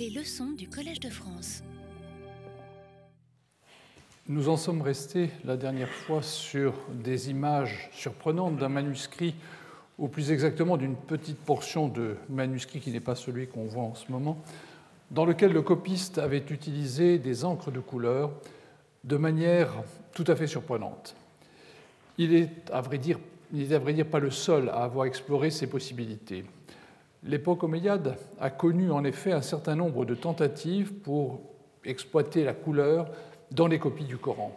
Les leçons du Collège de France. Nous en sommes restés la dernière fois sur des images surprenantes d'un manuscrit, ou plus exactement d'une petite portion de manuscrit qui n'est pas celui qu'on voit en ce moment, dans lequel le copiste avait utilisé des encres de couleur de manière tout à fait surprenante. Il est à vrai dire pas le seul à avoir exploré ces possibilités. L'époque omeyyade a connu en effet un certain nombre de tentatives pour exploiter la couleur dans les copies du Coran.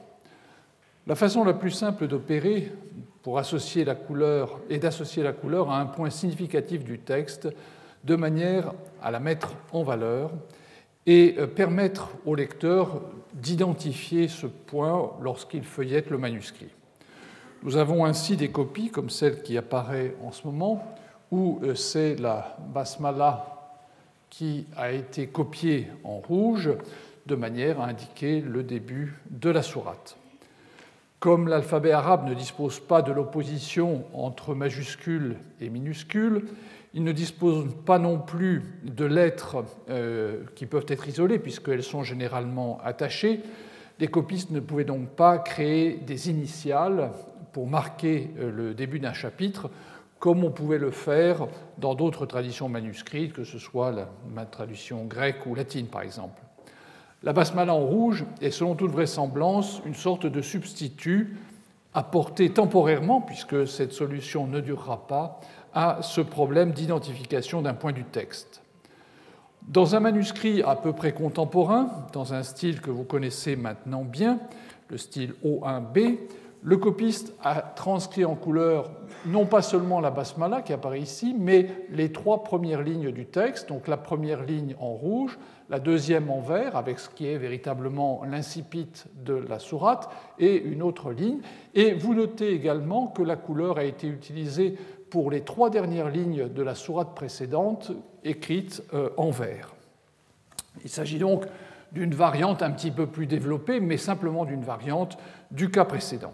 La façon la plus simple d'opérer pour associer la couleur est d'associer la couleur à un point significatif du texte de manière à la mettre en valeur et permettre au lecteur d'identifier ce point lorsqu'il feuillette le manuscrit. Nous avons ainsi des copies comme celle qui apparaît en ce moment, où c'est la basmala qui a été copiée en rouge de manière à indiquer le début de la sourate. Comme l'alphabet arabe ne dispose pas de l'opposition entre majuscules et minuscules, il ne dispose pas non plus de lettres qui peuvent être isolées puisqu'elles sont généralement attachées. Les copistes ne pouvaient donc pas créer des initiales pour marquer le début d'un chapitre, comme on pouvait le faire dans d'autres traditions manuscrites, que ce soit la traduction grecque ou latine, par exemple. La basmala en rouge est, selon toute vraisemblance, une sorte de substitut apporté temporairement, puisque cette solution ne durera pas, à ce problème d'identification d'un point du texte. Dans un manuscrit à peu près contemporain, dans un style que vous connaissez maintenant bien, le style O1b, le copiste a transcrit en couleur non pas seulement la basmala qui apparaît ici, mais les trois premières lignes du texte, donc la première ligne en rouge, la deuxième en vert, avec ce qui est véritablement l'incipit de la sourate, et une autre ligne. Et vous notez également que la couleur a été utilisée pour les trois dernières lignes de la sourate précédente, écrites en vert. Il s'agit donc d'une variante un petit peu plus développée, mais simplement d'une variante du cas précédent.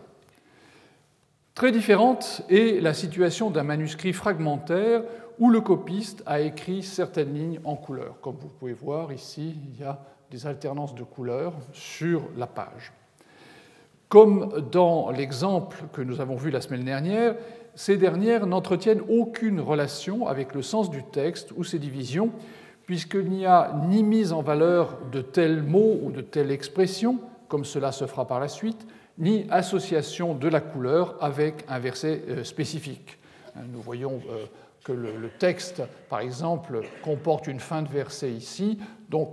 Très différente est la situation d'un manuscrit fragmentaire où le copiste a écrit certaines lignes en couleur. Comme vous pouvez voir ici, il y a des alternances de couleurs sur la page. Comme dans l'exemple que nous avons vu la semaine dernière, ces dernières n'entretiennent aucune relation avec le sens du texte ou ses divisions, puisqu'il n'y a ni mise en valeur de tel mot ou de telle expression, comme cela se fera par la suite, ni association de la couleur avec un verset spécifique. Nous voyons que le texte, par exemple, comporte une fin de verset ici, donc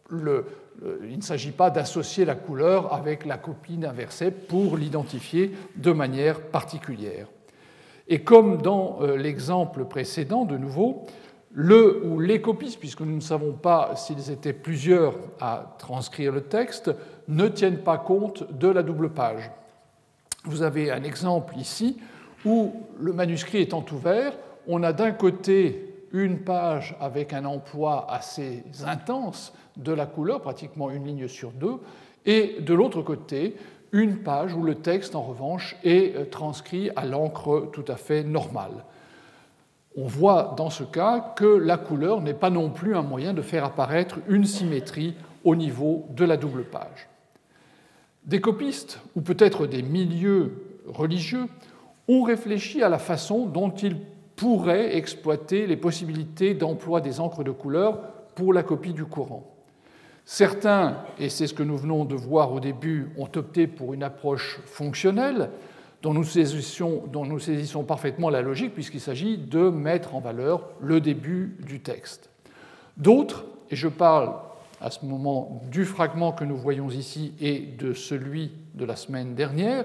il ne s'agit pas d'associer la couleur avec la copie d'un verset pour l'identifier de manière particulière. Et comme dans l'exemple précédent, de nouveau, le ou les copistes, puisque nous ne savons pas s'ils étaient plusieurs à transcrire le texte, ne tiennent pas compte de la double page. Vous avez un exemple ici où le manuscrit étant ouvert, on a d'un côté une page avec un emploi assez intense de la couleur, pratiquement une ligne sur deux, et de l'autre côté, une page où le texte, en revanche, est transcrit à l'encre tout à fait normale. On voit dans ce cas que la couleur n'est pas non plus un moyen de faire apparaître une symétrie au niveau de la double page. Des copistes, ou peut-être des milieux religieux, ont réfléchi à la façon dont ils pourraient exploiter les possibilités d'emploi des encres de couleur pour la copie du Coran. Certains, et c'est ce que nous venons de voir au début, ont opté pour une approche fonctionnelle, dont nous saisissons parfaitement la logique, puisqu'il s'agit de mettre en valeur le début du texte. D'autres, et je parle à ce moment du fragment que nous voyons ici et de celui de la semaine dernière,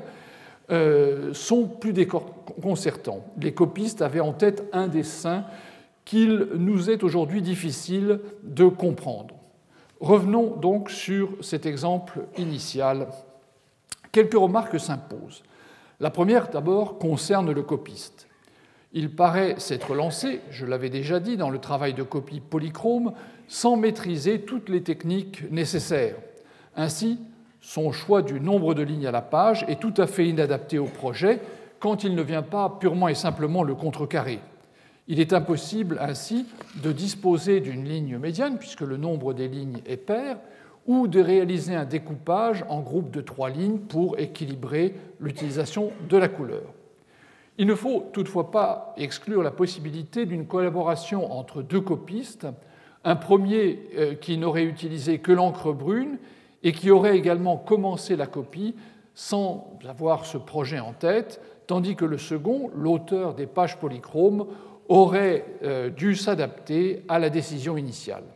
sont plus déconcertants. Les copistes avaient en tête un dessein qu'il nous est aujourd'hui difficile de comprendre. Revenons donc sur cet exemple initial. Quelques remarques s'imposent. La première, d'abord, concerne le copiste. Il paraît s'être lancé, je l'avais déjà dit, dans le travail de copie polychrome, sans maîtriser toutes les techniques nécessaires. Ainsi, son choix du nombre de lignes à la page est tout à fait inadapté au projet quand il ne vient pas purement et simplement le contrecarrer. Il est impossible ainsi de disposer d'une ligne médiane, puisque le nombre des lignes est pair, ou de réaliser un découpage en groupe de 3 lignes pour équilibrer l'utilisation de la couleur. Il ne faut toutefois pas exclure la possibilité d'une collaboration entre 2 copistes, un premier qui n'aurait utilisé que l'encre brune et qui aurait également commencé la copie sans avoir ce projet en tête, tandis que le second, l'auteur des pages polychromes, aurait dû s'adapter à la décision initiale.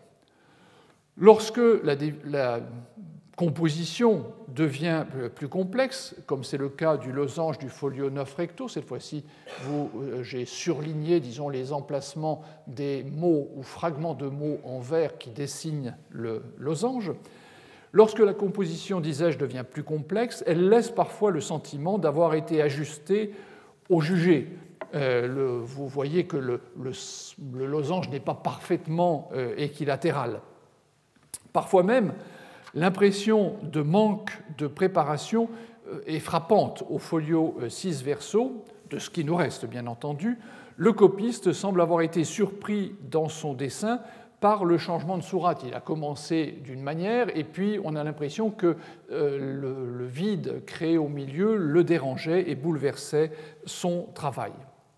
Lorsque la composition devient plus complexe, comme c'est le cas du losange du folio 9 recto, cette fois-ci j'ai surligné, disons, les emplacements des mots ou fragments de mots en vert qui dessinent le losange. Lorsque la composition, disais-je, devient plus complexe, elle laisse parfois le sentiment d'avoir été ajustée au jugé. Vous voyez que le losange n'est pas parfaitement équilatéral. Parfois même, l'impression de manque de préparation est frappante. Au folio 6 verso, de ce qui nous reste bien entendu, le copiste semble avoir été surpris dans son dessin par le changement de sourate. Il a commencé d'une manière et puis on a l'impression que le vide créé au milieu le dérangeait et bouleversait son travail.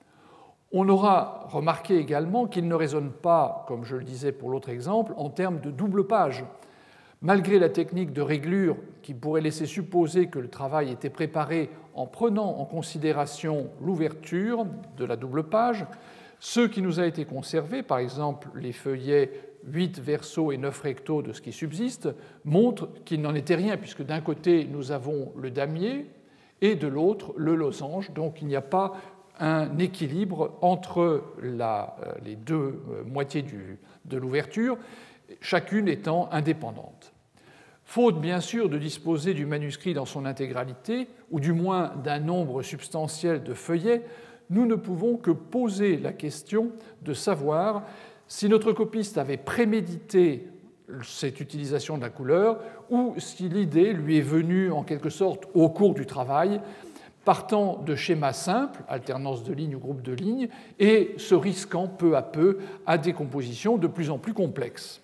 On aura remarqué également qu'il ne raisonne pas, comme je le disais pour l'autre exemple, en termes de double page. Malgré la technique de réglure qui pourrait laisser supposer que le travail était préparé en prenant en considération l'ouverture de la double page, ce qui nous a été conservé, par exemple les feuillets 8 verso et 9 recto de ce qui subsiste, montrent qu'il n'en était rien, puisque d'un côté nous avons le damier et de l'autre le losange, donc il n'y a pas un équilibre entre les 2 moitiés de l'ouverture, chacune étant indépendante. Faute bien sûr de disposer du manuscrit dans son intégralité, ou du moins d'un nombre substantiel de feuillets, nous ne pouvons que poser la question de savoir si notre copiste avait prémédité cette utilisation de la couleur ou si l'idée lui est venue en quelque sorte au cours du travail, partant de schémas simples, alternance de lignes ou groupe de lignes, et se risquant peu à peu à des compositions de plus en plus complexes.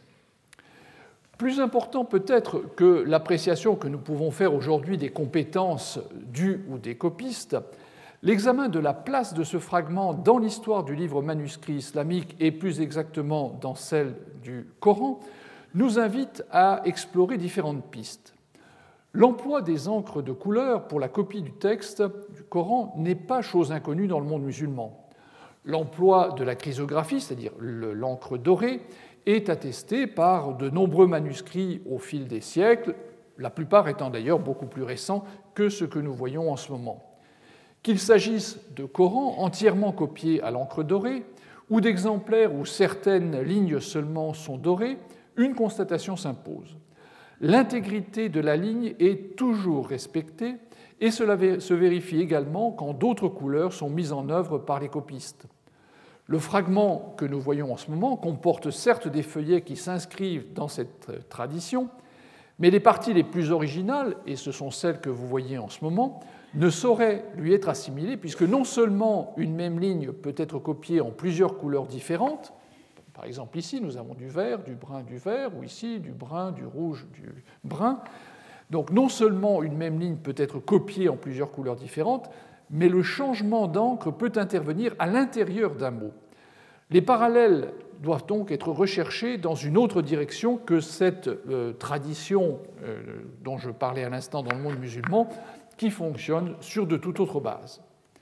Plus important peut-être que l'appréciation que nous pouvons faire aujourd'hui des compétences du ou des copistes, l'examen de la place de ce fragment dans l'histoire du livre manuscrit islamique et plus exactement dans celle du Coran nous invite à explorer différentes pistes. L'emploi des encres de couleur pour la copie du texte du Coran n'est pas chose inconnue dans le monde musulman. L'emploi de la chrysographie, c'est-à-dire l'encre dorée, est attesté par de nombreux manuscrits au fil des siècles, la plupart étant d'ailleurs beaucoup plus récents que ce que nous voyons en ce moment. Qu'il s'agisse de Corans entièrement copiés à l'encre dorée ou d'exemplaires où certaines lignes seulement sont dorées, une constatation s'impose. L'intégrité de la ligne est toujours respectée et cela se vérifie également quand d'autres couleurs sont mises en œuvre par les copistes. Le fragment que nous voyons en ce moment comporte certes des feuillets qui s'inscrivent dans cette tradition, mais les parties les plus originales, et ce sont celles que vous voyez en ce moment, ne sauraient lui être assimilées puisque non seulement une même ligne peut être copiée en plusieurs couleurs différentes, par exemple ici nous avons du vert, du vert, ou ici du brun, du rouge, du brun. Donc non seulement une même ligne peut être copiée en plusieurs couleurs différentes, mais le changement d'encre peut intervenir à l'intérieur d'un mot. Les parallèles doivent donc être recherchés dans une autre direction que cette tradition dont je parlais à l'instant dans le monde musulman, qui fonctionne sur de toute autre base.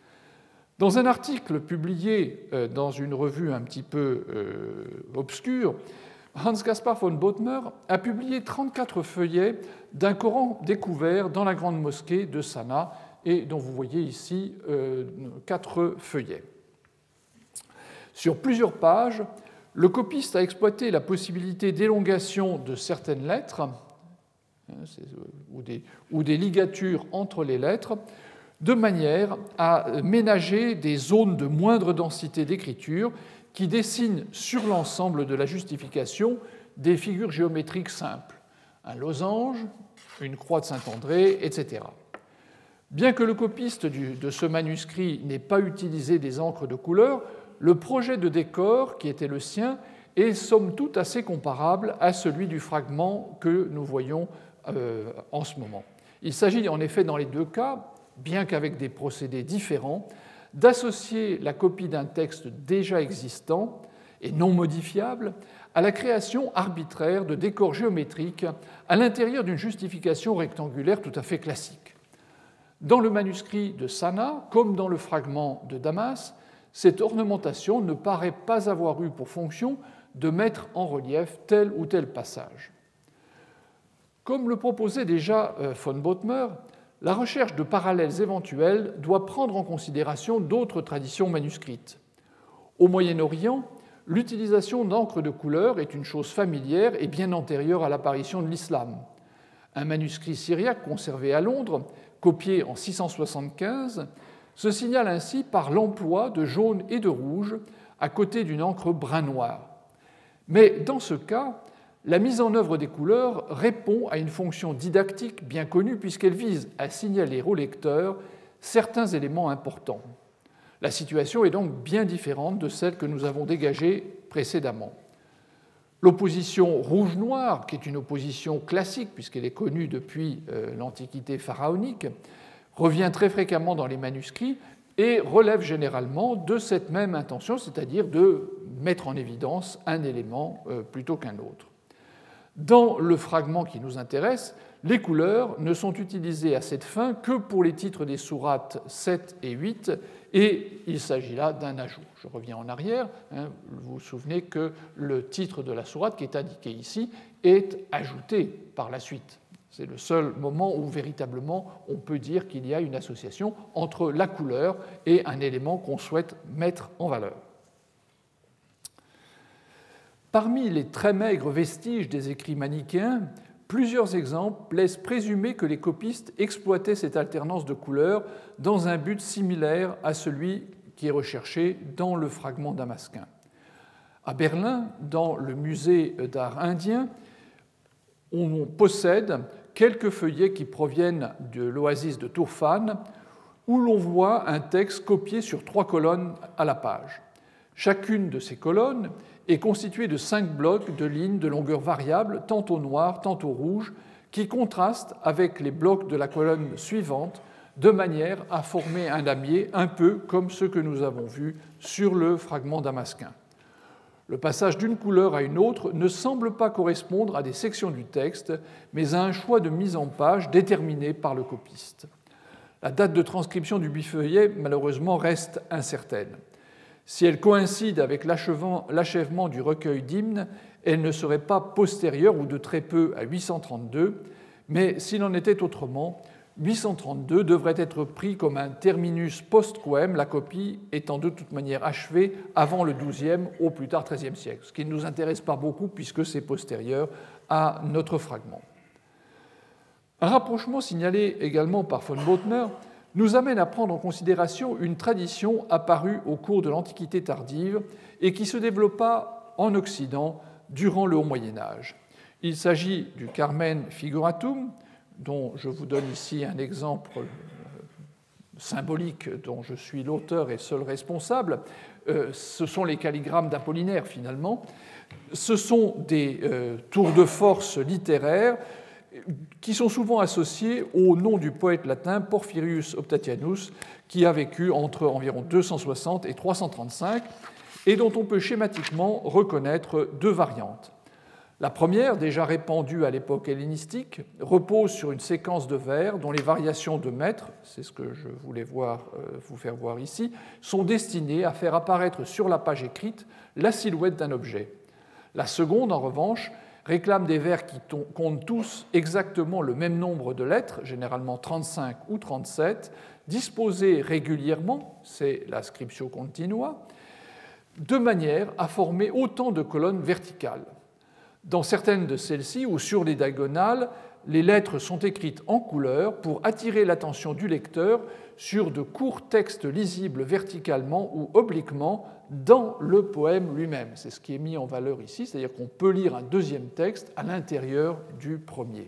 Dans un article publié dans une revue un petit peu obscure, Hans Caspar von Bothmer a publié 34 feuillets d'un Coran découvert dans la grande mosquée de Sanaa, et dont vous voyez ici 4 feuillets. Sur plusieurs pages, le copiste a exploité la possibilité d'élongation de certaines lettres ou des ligatures entre les lettres, de manière à ménager des zones de moindre densité d'écriture qui dessinent sur l'ensemble de la justification des figures géométriques simples, un losange, une croix de Saint-André, etc. Bien que le copiste de ce manuscrit n'ait pas utilisé des encres de couleur, le projet de décor qui était le sien est somme toute assez comparable à celui du fragment que nous voyons en ce moment. Il s'agit en effet dans les deux cas, bien qu'avec des procédés différents, d'associer la copie d'un texte déjà existant et non modifiable à la création arbitraire de décors géométriques à l'intérieur d'une justification rectangulaire tout à fait classique. Dans le manuscrit de Sanaa, comme dans le fragment de Damas, cette ornementation ne paraît pas avoir eu pour fonction de mettre en relief tel ou tel passage. Comme le proposait déjà von Bothmer, la recherche de parallèles éventuels doit prendre en considération d'autres traditions manuscrites. Au Moyen-Orient, l'utilisation d'encre de couleur est une chose familière et bien antérieure à l'apparition de l'islam. Un manuscrit syriaque conservé à Londres, copié en 675, se signale ainsi par l'emploi de jaune et de rouge à côté d'une encre brun-noir. Mais dans ce cas, la mise en œuvre des couleurs répond à une fonction didactique bien connue puisqu'elle vise à signaler au lecteur certains éléments importants. La situation est donc bien différente de celle que nous avons dégagée précédemment. L'opposition rouge-noir, qui est une opposition classique puisqu'elle est connue depuis l'Antiquité pharaonique, revient très fréquemment dans les manuscrits et relève généralement de cette même intention, c'est-à-dire de mettre en évidence un élément plutôt qu'un autre. Dans le fragment qui nous intéresse, les couleurs ne sont utilisées à cette fin que pour les titres des sourates 7 et 8, et il s'agit là d'un ajout. Je reviens en arrière, vous vous souvenez que le titre de la sourate qui est indiqué ici est ajouté par la suite. C'est le seul moment où véritablement on peut dire qu'il y a une association entre la couleur et un élément qu'on souhaite mettre en valeur. Parmi les très maigres vestiges des écrits manichéens, plusieurs exemples laissent présumer que les copistes exploitaient cette alternance de couleurs dans un but similaire à celui qui est recherché dans le fragment damasquin. À Berlin, dans le musée d'art indien, on possède quelques feuillets qui proviennent de l'oasis de Turfan, où l'on voit un texte copié sur 3 colonnes à la page. Chacune de ces colonnes est constituée de 5 blocs de lignes de longueur variable, tantôt noires, tantôt rouges, qui contrastent avec les blocs de la colonne suivante, de manière à former un damier un peu comme ce que nous avons vu sur le fragment damasquin. Le passage d'une couleur à une autre ne semble pas correspondre à des sections du texte, mais à un choix de mise en page déterminé par le copiste. La date de transcription du bifeuillet, malheureusement, reste incertaine. Si elle coïncide avec l'achèvement du recueil d'hymnes, elle ne serait pas postérieure ou de très peu à 832, mais s'il en était autrement, 832 devrait être pris comme un terminus post-quem, la copie étant de toute manière achevée avant le XIIe, au plus tard XIIIe siècle, ce qui ne nous intéresse pas beaucoup puisque c'est postérieur à notre fragment. Un rapprochement signalé également par von Bothmer nous amène à prendre en considération une tradition apparue au cours de l'Antiquité tardive et qui se développa en Occident durant le Haut Moyen Âge. Il s'agit du Carmen Figuratum, dont je vous donne ici un exemple symbolique dont je suis l'auteur et seul responsable. Ce sont les calligrammes d'Apollinaire, finalement. Ce sont des tours de force littéraires qui sont souvent associés au nom du poète latin Porphyrius Optatianus, qui a vécu entre environ 260 et 335, et dont on peut schématiquement reconnaître 2 variantes. La première, déjà répandue à l'époque hellénistique, repose sur une séquence de vers dont les variations de mètres, c'est ce que je voulais vous faire voir ici, sont destinées à faire apparaître sur la page écrite la silhouette d'un objet. La seconde, en revanche, réclame des vers qui comptent tous exactement le même nombre de lettres, généralement 35 ou 37, disposées régulièrement, c'est la scriptio continua, de manière à former autant de colonnes verticales. Dans certaines de celles-ci, ou sur les diagonales, les lettres sont écrites en couleur pour attirer l'attention du lecteur sur de courts textes lisibles verticalement ou obliquement dans le poème lui-même. C'est ce qui est mis en valeur ici, c'est-à-dire qu'on peut lire un deuxième texte à l'intérieur du premier.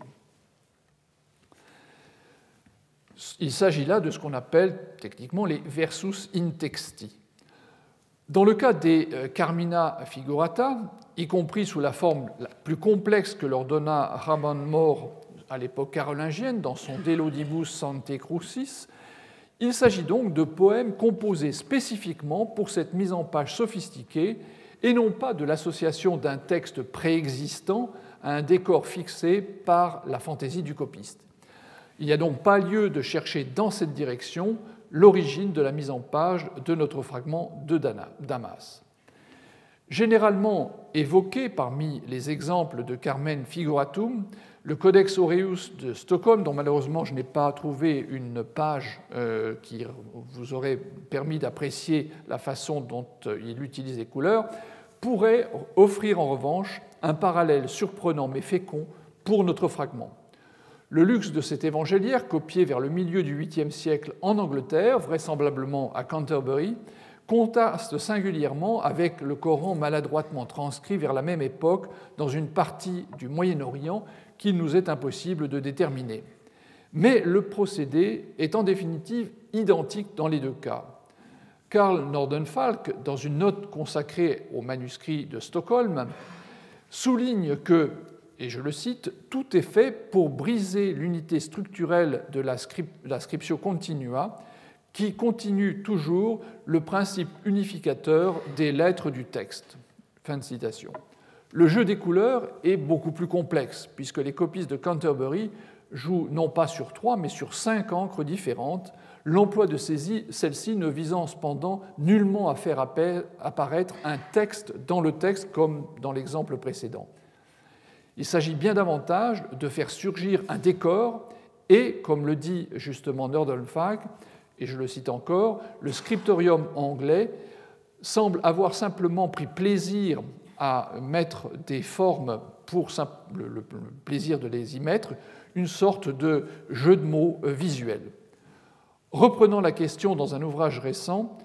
Il s'agit là de ce qu'on appelle techniquement les versus in texti. Dans le cas des Carmina figurata, y compris sous la forme la plus complexe que leur donna Ramon More à l'époque carolingienne dans son De Laudibus Sanctae Crucis, il s'agit donc de poèmes composés spécifiquement pour cette mise en page sophistiquée et non pas de l'association d'un texte préexistant à un décor fixé par la fantaisie du copiste. Il n'y a donc pas lieu de chercher dans cette direction l'origine de la mise en page de notre fragment de Damas. Généralement évoqué parmi les exemples de Carmen Figuratum, le Codex Aureus de Stockholm, dont malheureusement je n'ai pas trouvé une page qui vous aurait permis d'apprécier la façon dont il utilise les couleurs, pourrait offrir en revanche un parallèle surprenant mais fécond pour notre fragment. Le luxe de cet évangéliaire, copié vers le milieu du 8e siècle en Angleterre, vraisemblablement à Canterbury, contraste singulièrement avec le Coran maladroitement transcrit vers la même époque dans une partie du Moyen-Orient qu'il nous est impossible de déterminer. Mais le procédé est en définitive identique dans les deux cas. Karl Nordenfalk, dans une note consacrée au manuscrit de Stockholm, souligne que, et je le cite, « tout est fait pour briser l'unité structurelle de la scriptio continua qui continue toujours le principe unificateur des lettres du texte. » Fin de citation. Le jeu des couleurs est beaucoup plus complexe, puisque les copistes de Canterbury jouent non pas sur 3, mais sur 5 encres différentes, l'emploi de celles-ci ne visant cependant nullement à faire apparaître un texte dans le texte comme dans l'exemple précédent. Il s'agit bien davantage de faire surgir un décor et, comme le dit justement Nordenfalk, et je le cite encore, le scriptorium anglais semble avoir simplement pris plaisir à mettre des formes pour le plaisir de les y mettre, une sorte de jeu de mots visuel. Reprenant la question dans un ouvrage récent,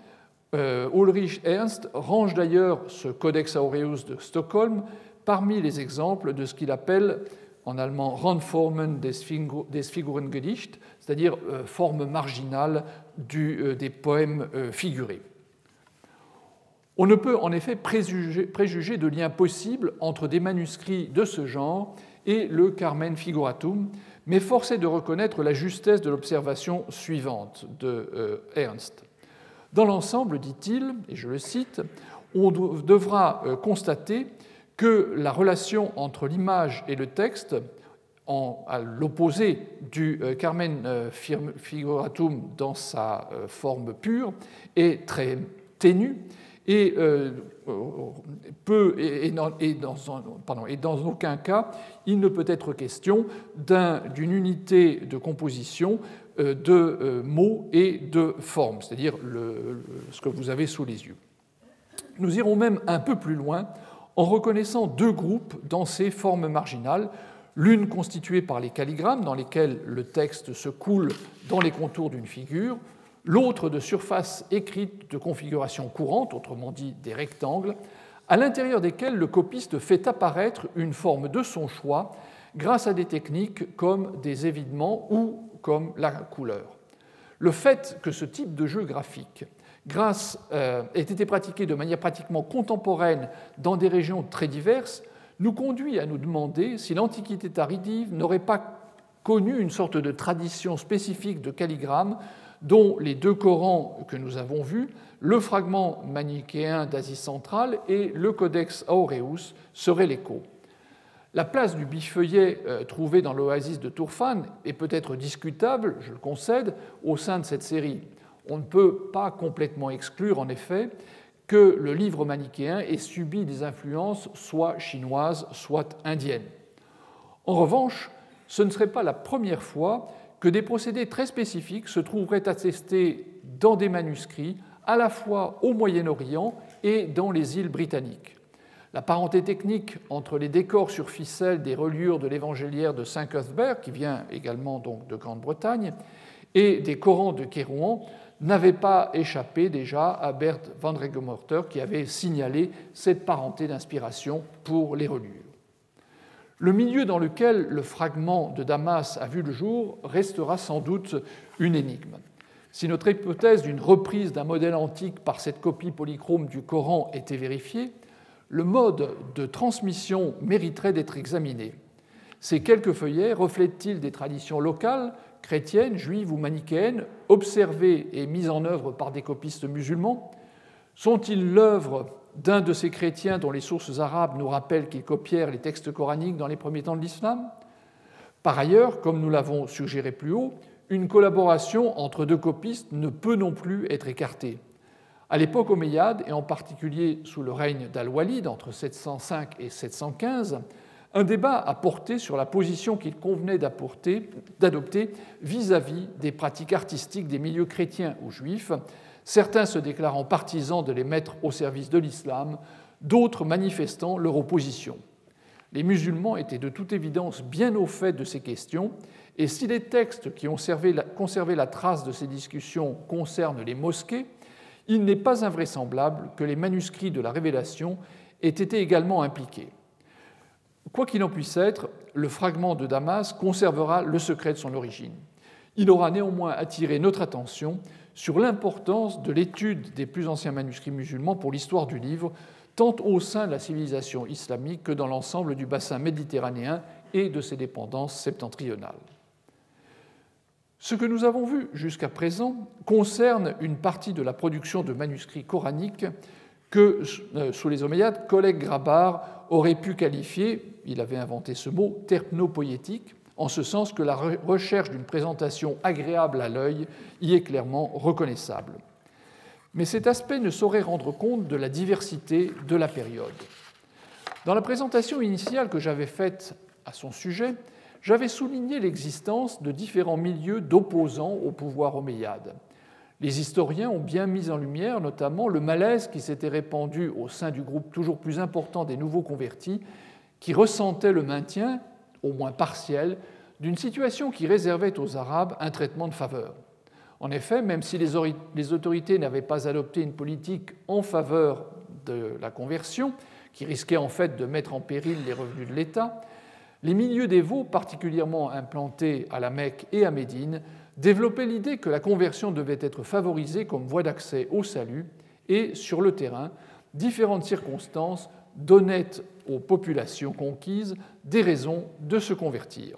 Ulrich Ernst range d'ailleurs ce Codex Aureus de Stockholm parmi les exemples de ce qu'il appelle en allemand Randformen des Figurengedicht, c'est-à-dire forme marginale des poèmes figurés. On ne peut en effet préjuger de lien possible entre des manuscrits de ce genre et le Carmen Figuratum, mais force est de reconnaître la justesse de l'observation suivante de Ernst. Dans l'ensemble, dit-il, et je le cite, on devra constater que la relation entre l'image et le texte, à l'opposé du Carmen Figuratum dans sa forme pure, est très ténue et dans aucun cas il ne peut être question d'une unité de composition de mots et de formes, c'est-à-dire ce que vous avez sous les yeux. Nous irons même un peu plus loin en reconnaissant deux groupes dans ces formes marginales, l'une constituée par les calligrammes dans lesquels le texte se coule dans les contours d'une figure, l'autre de surfaces écrites de configuration courante, autrement dit des rectangles, à l'intérieur desquels le copiste fait apparaître une forme de son choix grâce à des techniques comme des évidements ou comme la couleur. Le fait que ce type de jeu graphique ait été pratiqué de manière pratiquement contemporaine dans des régions très diverses nous conduit à nous demander si l'Antiquité tardive n'aurait pas connu une sorte de tradition spécifique de calligramme dont les deux Corans que nous avons vus, le fragment manichéen d'Asie centrale et le Codex Aureus seraient l'écho. La place du bifeuillet trouvé dans l'oasis de Turfan est peut-être discutable, je le concède, au sein de cette série. On ne peut pas complètement exclure, en effet, que le livre manichéen ait subi des influences soit chinoises, soit indiennes. En revanche, ce ne serait pas la première fois que des procédés très spécifiques se trouveraient attestés dans des manuscrits à la fois au Moyen-Orient et dans les îles britanniques. La parenté technique entre les décors sur ficelle des reliures de l'évangéliaire de Saint-Cuthbert, qui vient également donc de Grande-Bretagne, et des Corans de Kérouan n'avait pas échappé déjà à Bert van Regemorter, qui avait signalé cette parenté d'inspiration pour les reliures. Le milieu dans lequel le fragment de Damas a vu le jour restera sans doute une énigme. Si notre hypothèse d'une reprise d'un modèle antique par cette copie polychrome du Coran était vérifiée, le mode de transmission mériterait d'être examiné. Ces quelques feuillets reflètent-ils des traditions locales, chrétiennes, juives ou manichéennes, observées et mises en œuvre par des copistes musulmans? Sont-ils l'œuvre d'un de ces chrétiens dont les sources arabes nous rappellent qu'ils copièrent les textes coraniques dans les premiers temps de l'islam? Par ailleurs, comme nous l'avons suggéré plus haut, une collaboration entre deux copistes ne peut non plus être écartée. À l'époque omeyyade, et en particulier sous le règne d'Al-Walid entre 705 et 715, un débat a porté sur la position qu'il convenait d'adopter vis-à-vis des pratiques artistiques des milieux chrétiens ou juifs, certains se déclarant partisans de les mettre au service de l'islam, d'autres manifestant leur opposition. Les musulmans étaient de toute évidence bien au fait de ces questions, et si les textes qui ont conservé la trace de ces discussions concernent les mosquées, il n'est pas invraisemblable que les manuscrits de la Révélation aient été également impliqués. Quoi qu'il en puisse être, le fragment de Damas conservera le secret de son origine. Il aura néanmoins attiré notre attention sur l'importance de l'étude des plus anciens manuscrits musulmans pour l'histoire du livre, tant au sein de la civilisation islamique que dans l'ensemble du bassin méditerranéen et de ses dépendances septentrionales. Ce que nous avons vu jusqu'à présent concerne une partie de la production de manuscrits coraniques que, sous les Omeyyades, Khalek Grabar aurait pu qualifier, il avait inventé ce mot, terpnopoïétique, en ce sens que la recherche d'une présentation agréable à l'œil y est clairement reconnaissable. Mais cet aspect ne saurait rendre compte de la diversité de la période. Dans la présentation initiale que j'avais faite à son sujet, j'avais souligné l'existence de différents milieux d'opposants au pouvoir omeyyade. Les historiens ont bien mis en lumière notamment le malaise qui s'était répandu au sein du groupe toujours plus important des nouveaux convertis, qui ressentaient le maintien, au moins partiel, d'une situation qui réservait aux Arabes un traitement de faveur. En effet, même si les autorités n'avaient pas adopté une politique en faveur de la conversion, qui risquait en fait de mettre en péril les revenus de l'État, les milieux dévots, particulièrement implantés à la Mecque et à Médine, développaient l'idée que la conversion devait être favorisée comme voie d'accès au salut et, sur le terrain, différentes circonstances donnaient aux populations conquises des raisons de se convertir.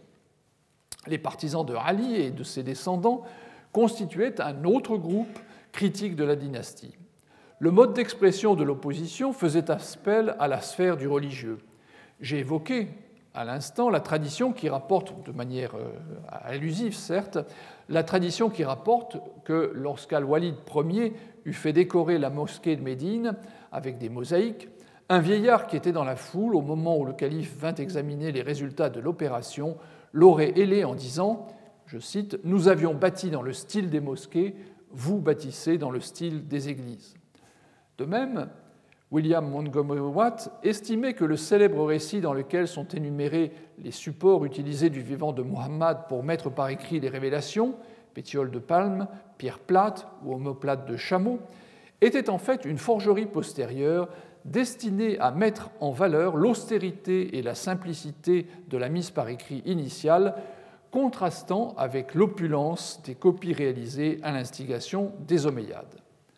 Les partisans de Ali et de ses descendants constituaient un autre groupe critique de la dynastie. Le mode d'expression de l'opposition faisait appel à la sphère du religieux. J'ai évoqué à l'instant la tradition qui rapporte, de manière allusive certes, la tradition qui rapporte que lorsqu'Al-Walid Ier eut fait décorer la mosquée de Médine avec des mosaïques, un vieillard qui était dans la foule au moment où le calife vint examiner les résultats de l'opération l'aurait hélé en disant, je cite, « Nous avions bâti dans le style des mosquées, vous bâtissez dans le style des églises ». De même, William Montgomery Watt estimait que le célèbre récit dans lequel sont énumérés les supports utilisés du vivant de Muhammad pour mettre par écrit les révélations, pétiole de palme, pierre plate ou omoplate de chameau, était en fait une forgerie postérieure destinée à mettre en valeur l'austérité et la simplicité de la mise par écrit initiale, contrastant avec l'opulence des copies réalisées à l'instigation des Omeyyades.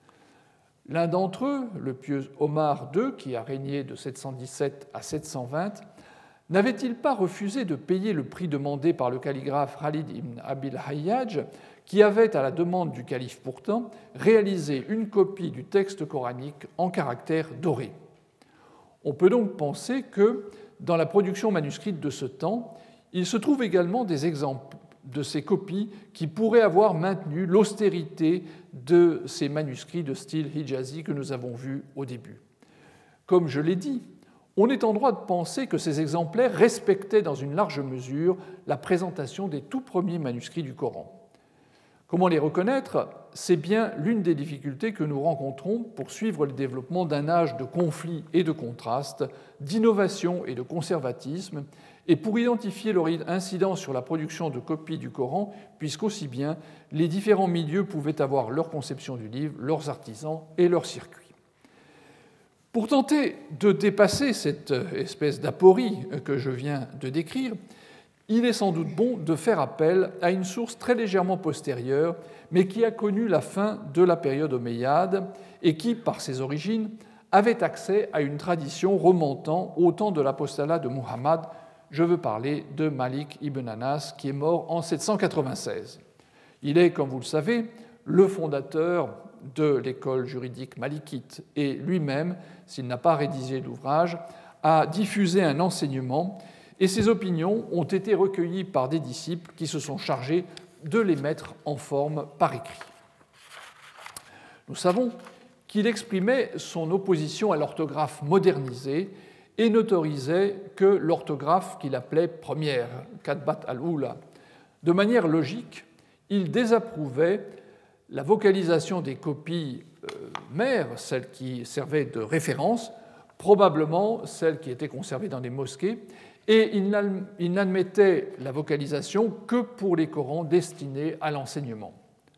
L'un d'entre eux, le pieux Omar II, qui a régné de 717 à 720, n'avait-il pas refusé de payer le prix demandé par le calligraphe Khalid ibn Abil Hayyaj, qui avait, à la demande du calife pourtant, réalisé une copie du texte coranique en caractères dorés? On peut donc penser que, dans la production manuscrite de ce temps, il se trouve également des exemples de ces copies qui pourraient avoir maintenu l'austérité de ces manuscrits de style hijazi que nous avons vus au début. Comme je l'ai dit, on est en droit de penser que ces exemplaires respectaient dans une large mesure la présentation des tout premiers manuscrits du Coran. Comment les reconnaître? C'est bien l'une des difficultés que nous rencontrons pour suivre le développement d'un âge de conflits et de contrastes, d'innovation et de conservatisme, et pour identifier leur incidence sur la production de copies du Coran, puisqu'aussi bien les différents milieux pouvaient avoir leur conception du livre, leurs artisans et leurs circuits. Pour tenter de dépasser cette espèce d'aporie que je viens de décrire, il est sans doute bon de faire appel à une source très légèrement postérieure, mais qui a connu la fin de la période omeyyade et qui, par ses origines, avait accès à une tradition remontant au temps de l'apostolat de Muhammad. Je veux parler de Malik ibn Anas, qui est mort en 796. Il est, comme vous le savez, le fondateur de l'école juridique malikite et lui-même, s'il n'a pas rédigé l'ouvrage, a diffusé un enseignement et ses opinions ont été recueillies par des disciples qui se sont chargés de les mettre en forme par écrit. Nous savons qu'il exprimait son opposition à l'orthographe modernisée et n'autorisait que l'orthographe qu'il appelait première, Katbat al-Ula. De manière logique, il désapprouvait la vocalisation des copies mères, celles qui servaient de référence, probablement celles qui étaient conservées dans les mosquées, et il n'admettait la vocalisation que pour les Corans destinés à l'enseignement.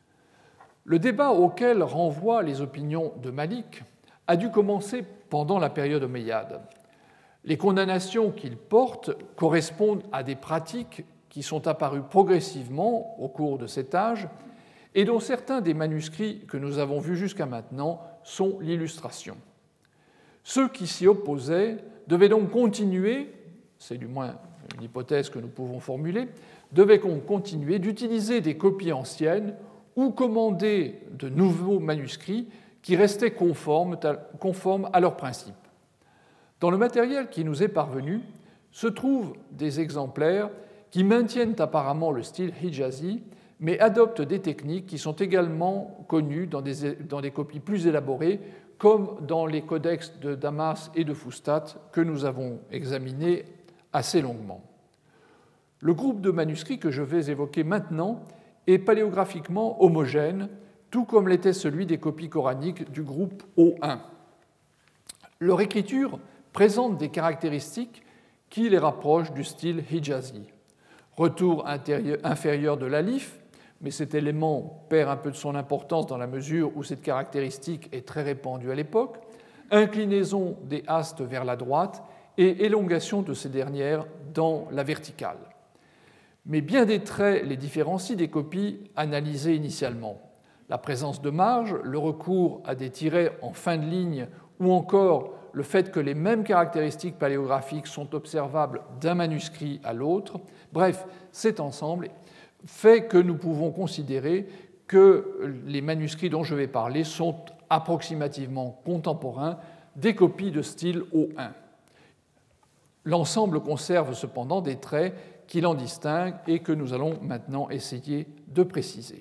Le débat auquel renvoient les opinions de Malik a dû commencer pendant la période omeyyade. Les condamnations qu'il porte correspondent à des pratiques qui sont apparues progressivement au cours de cet âge et dont certains des manuscrits que nous avons vus jusqu'à maintenant sont l'illustration. Ceux qui s'y opposaient devaient donc continuer, c'est du moins une hypothèse que nous pouvons formuler, devaient continuer d'utiliser des copies anciennes ou commander de nouveaux manuscrits qui restaient conformes à leurs principes. Dans le matériel qui nous est parvenu se trouvent des exemplaires qui maintiennent apparemment le style hijazi, mais adoptent des techniques qui sont également connues dans des copies plus élaborées, comme dans les codex de Damas et de Fustat que nous avons examinés assez longuement. Le groupe de manuscrits que je vais évoquer maintenant est paléographiquement homogène, tout comme l'était celui des copies coraniques du groupe O1. Leur écriture présente des caractéristiques qui les rapprochent du style hijazi. Retour inférieur de l'alif, mais cet élément perd un peu de son importance dans la mesure où cette caractéristique est très répandue à l'époque, inclinaison des astes vers la droite et élongation de ces dernières dans la verticale. Mais bien des traits les différencient des copies analysées initialement. La présence de marges, le recours à des tirets en fin de ligne ou encore le fait que les mêmes caractéristiques paléographiques sont observables d'un manuscrit à l'autre, bref, cet ensemble fait que nous pouvons considérer que les manuscrits dont je vais parler sont approximativement contemporains des copies de style O1. L'ensemble conserve cependant des traits qui l'en distinguent et que nous allons maintenant essayer de préciser.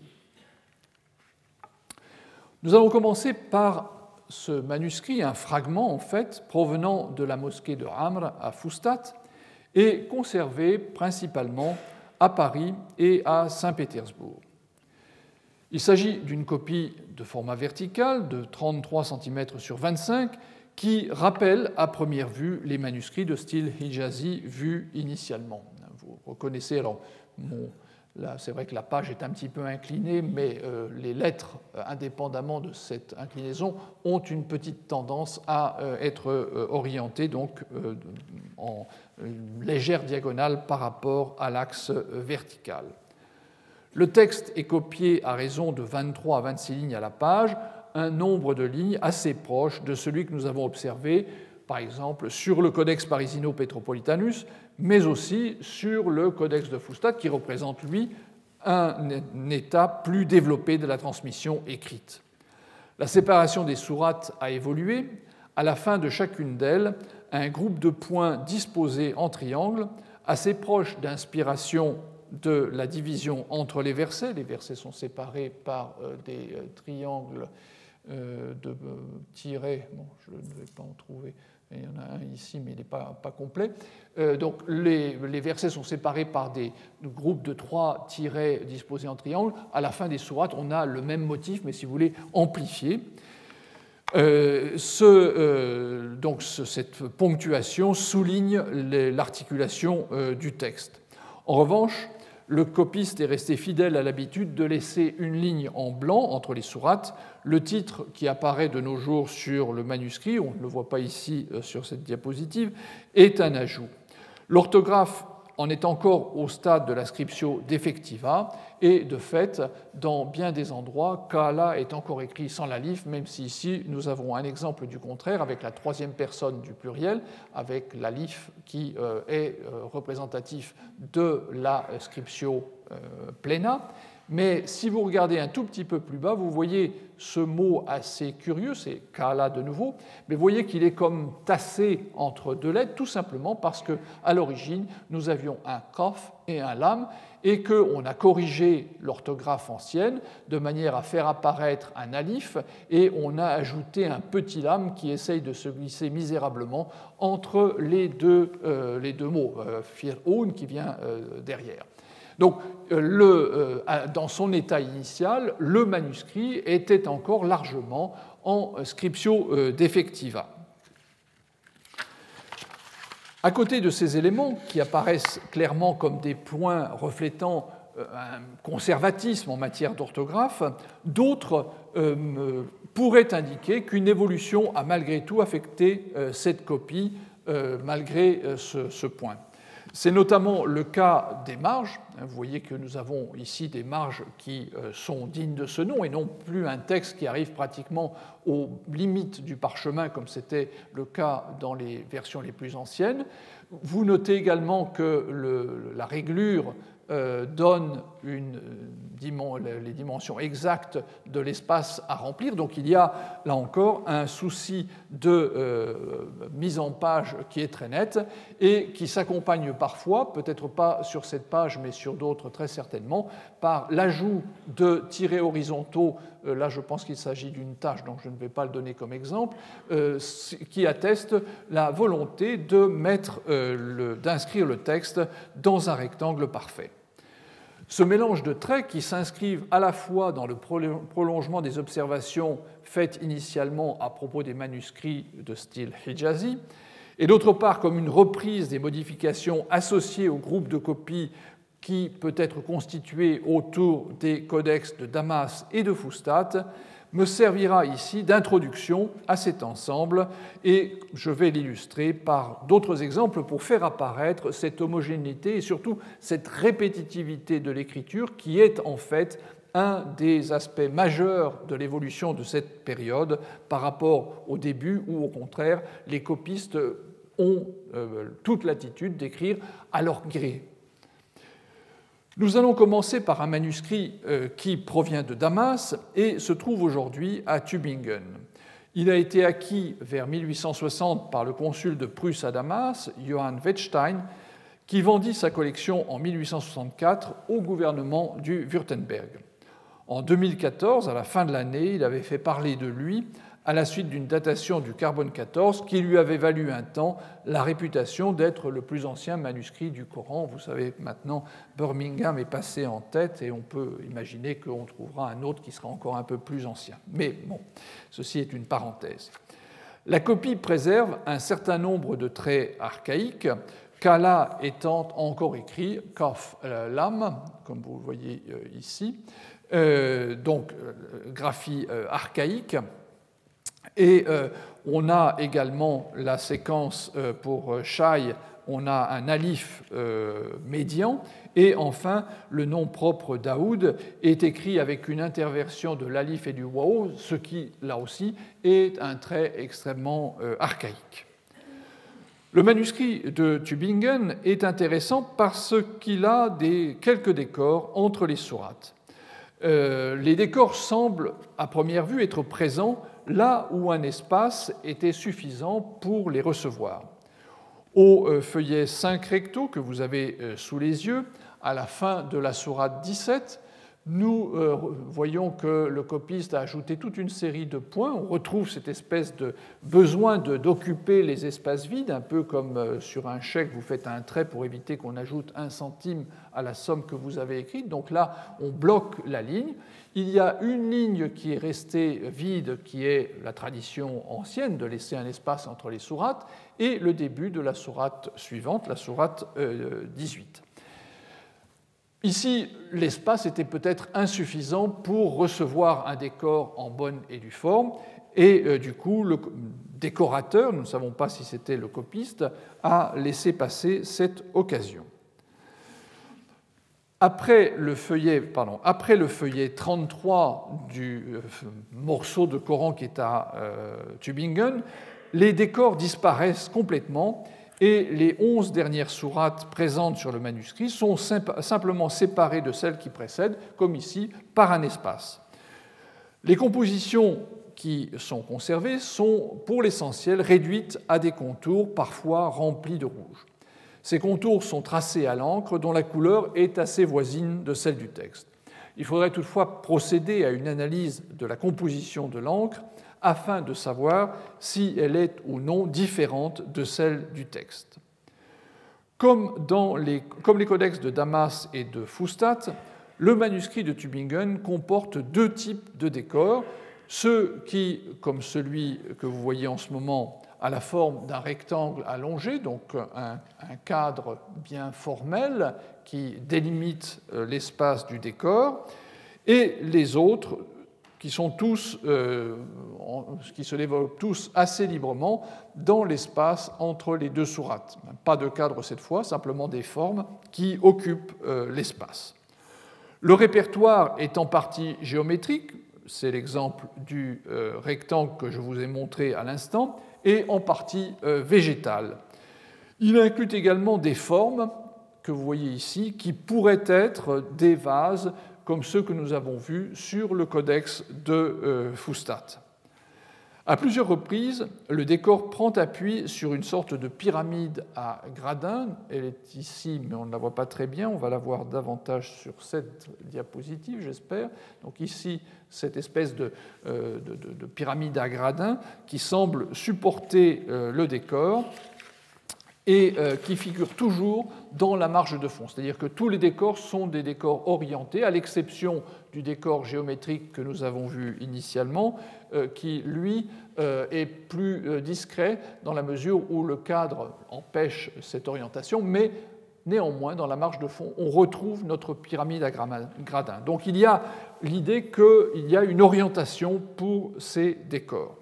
Nous allons commencer par ce manuscrit, un fragment en fait provenant de la mosquée de Amr à Fustat et conservé principalement à Paris et à Saint-Pétersbourg. Il s'agit d'une copie de format vertical de 33 cm sur 25 qui rappelle à première vue les manuscrits de style hijazi vus initialement. Vous reconnaissez, alors là c'est vrai que la page est un petit peu inclinée, mais les lettres, indépendamment de cette inclinaison, ont une petite tendance à être orientées donc, en légère diagonale par rapport à l'axe vertical. Le texte est copié à raison de 23 à 26 lignes à la page, un nombre de lignes assez proche de celui que nous avons observé, par exemple, sur le Codex Parisino-Petropolitanus, mais aussi sur le Codex de Fustat, qui représente, lui, un état plus développé de la transmission écrite. La séparation des sourates a évolué. À la fin de chacune d'elles, un groupe de points disposés en triangle, assez proche d'inspiration de la division entre les versets. Les versets sont séparés par des triangles de tirets. Bon, je ne vais pas en trouver. Il y en a un ici, mais il n'est pas complet. Donc les versets sont séparés par des groupes de 3 tirets disposés en triangle. À la fin des sourates, on a le même motif, mais si vous voulez, amplifié. Cette ponctuation souligne l'articulation du texte. En revanche, le copiste est resté fidèle à l'habitude de laisser une ligne en blanc entre les sourates. Le titre qui apparaît de nos jours sur le manuscrit, on ne le voit pas ici sur cette diapositive, est un ajout. L'orthographe en est encore au stade de la scriptio defectiva, et de fait, dans bien des endroits, Kaala est encore écrit sans l'alif, même si ici nous avons un exemple du contraire avec la troisième personne du pluriel, avec l'alif qui est représentatif de la scriptio plena. Mais si vous regardez un tout petit peu plus bas, vous voyez ce mot assez curieux, c'est Kaala de nouveau, mais vous voyez qu'il est comme tassé entre deux lettres, tout simplement parce qu'à l'origine, nous avions un kaf et un lam, et qu'on a corrigé l'orthographe ancienne de manière à faire apparaître un alif, et on a ajouté un petit lam qui essaye de se glisser misérablement entre les deux mots, fir'oun qui vient derrière. Donc, dans son état initial, le manuscrit était encore largement en scriptio defectiva. À côté de ces éléments qui apparaissent clairement comme des points reflétant un conservatisme en matière d'orthographe, d'autres pourraient indiquer qu'une évolution a malgré tout affecté cette copie malgré ce point. C'est notamment le cas des marges. Vous voyez que nous avons ici des marges qui sont dignes de ce nom et non plus un texte qui arrive pratiquement aux limites du parchemin comme c'était le cas dans les versions les plus anciennes. Vous notez également que la réglure donne les dimensions exactes de l'espace à remplir. Donc il y a là encore un souci de mise en page qui est très net et qui s'accompagne parfois, peut-être pas sur cette page mais sur d'autres très certainement, par l'ajout de tirets horizontaux. Là je pense qu'il s'agit d'une tâche, donc je ne vais pas le donner comme exemple, qui atteste la volonté d'inscrire le texte dans un rectangle parfait. Ce mélange de traits qui s'inscrivent à la fois dans le prolongement des observations faites initialement à propos des manuscrits de style hijazi, et d'autre part comme une reprise des modifications associées au groupe de copies qui peut être constitué autour des codex de Damas et de Fustat, me servira ici d'introduction à cet ensemble et je vais l'illustrer par d'autres exemples pour faire apparaître cette homogénéité et surtout cette répétitivité de l'écriture qui est en fait un des aspects majeurs de l'évolution de cette période par rapport au début où au contraire les copistes ont toute latitude d'écrire à leur gré. Nous allons commencer par un manuscrit qui provient de Damas et se trouve aujourd'hui à Tübingen. Il a été acquis vers 1860 par le consul de Prusse à Damas, Johann Wettstein, qui vendit sa collection en 1864 au gouvernement du Württemberg. En 2014, à la fin de l'année, il avait fait parler de lui à la suite d'une datation du carbone 14 qui lui avait valu un temps la réputation d'être le plus ancien manuscrit du Coran. Vous savez, maintenant, Birmingham est passé en tête et on peut imaginer qu'on trouvera un autre qui sera encore un peu plus ancien. Mais bon, ceci est une parenthèse. La copie préserve un certain nombre de traits archaïques, Kaala étant encore écrit Kaf Lam, comme vous le voyez ici, donc graphie archaïque. Et on a également la séquence pour Shai, on a un alif médian, et enfin le nom propre Daoud est écrit avec une interversion de l'alif et du waw, ce qui, là aussi, est un trait extrêmement archaïque. Le manuscrit de Tübingen est intéressant parce qu'il a quelques décors entre les sourates. Les décors semblent, à première vue, être présents là où un espace était suffisant pour les recevoir. Au feuillet 5 recto que vous avez sous les yeux, à la fin de la sourate 17, nous voyons que le copiste a ajouté toute une série de points. On retrouve cette espèce de besoin d'occuper les espaces vides, un peu comme sur un chèque, vous faites un trait pour éviter qu'on ajoute 1 centime à la somme que vous avez écrite. Donc là, on bloque la ligne. Il y a une ligne qui est restée vide, qui est la tradition ancienne de laisser un espace entre les sourates, et le début de la sourate suivante, la sourate 18. Ici, l'espace était peut-être insuffisant pour recevoir un décor en bonne et due forme, et du coup, le décorateur, nous ne savons pas si c'était le copiste, a laissé passer cette occasion. Après le feuillet 33 du morceau de Coran qui est à Tübingen, les décors disparaissent complètement et les 11 dernières sourates présentes sur le manuscrit sont simplement séparées de celles qui précèdent, comme ici, par un espace. Les compositions qui sont conservées sont, pour l'essentiel, réduites à des contours, parfois remplis de rouge. Ces contours sont tracés à l'encre, dont la couleur est assez voisine de celle du texte. Il faudrait toutefois procéder à une analyse de la composition de l'encre afin de savoir si elle est ou non différente de celle du texte. Comme les codex de Damas et de Fustat, le manuscrit de Tübingen comporte deux types de décors, ceux qui, comme celui que vous voyez en ce moment, a la forme d'un rectangle allongé, donc un cadre bien formel qui délimite l'espace du décor, et les autres qui se développent tous assez librement dans l'espace entre les deux sourates. Pas de cadre cette fois, simplement des formes qui occupent l'espace. Le répertoire est en partie géométrique, c'est l'exemple du rectangle que je vous ai montré à l'instant, et en partie végétal. Il inclut également des formes que vous voyez ici, qui pourraient être des vases comme ceux que nous avons vus sur le codex de Fustat. À plusieurs reprises, le décor prend appui sur une sorte de pyramide à gradins. Elle est ici, mais on ne la voit pas très bien. On va la voir davantage sur cette diapositive, j'espère. Donc ici, cette espèce de pyramide à gradins qui semble supporter le décor et qui figure toujours dans la marge de fond. C'est-à-dire que tous les décors sont des décors orientés, à l'exception du décor géométrique que nous avons vu initialement, qui, lui, est plus discret dans la mesure où le cadre empêche cette orientation, mais néanmoins, dans la marge de fond, on retrouve notre pyramide à gradins. Donc il y a l'idée qu'il y a une orientation pour ces décors.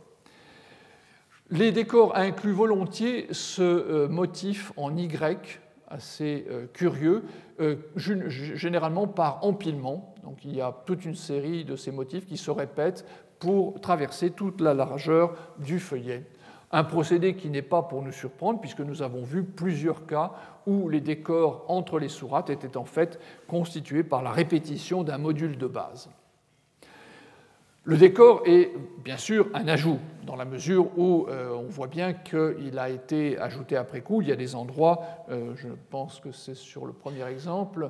Les décors incluent volontiers ce motif en Y, assez curieux, généralement par empilement. Donc il y a toute une série de ces motifs qui se répètent pour traverser toute la largeur du feuillet. Un procédé qui n'est pas pour nous surprendre, puisque nous avons vu plusieurs cas où les décors entre les sourates étaient en fait constitués par la répétition d'un module de base. Le décor est bien sûr un ajout, dans la mesure où on voit bien qu'il a été ajouté après coup. Il y a des endroits, je pense que c'est sur le premier exemple,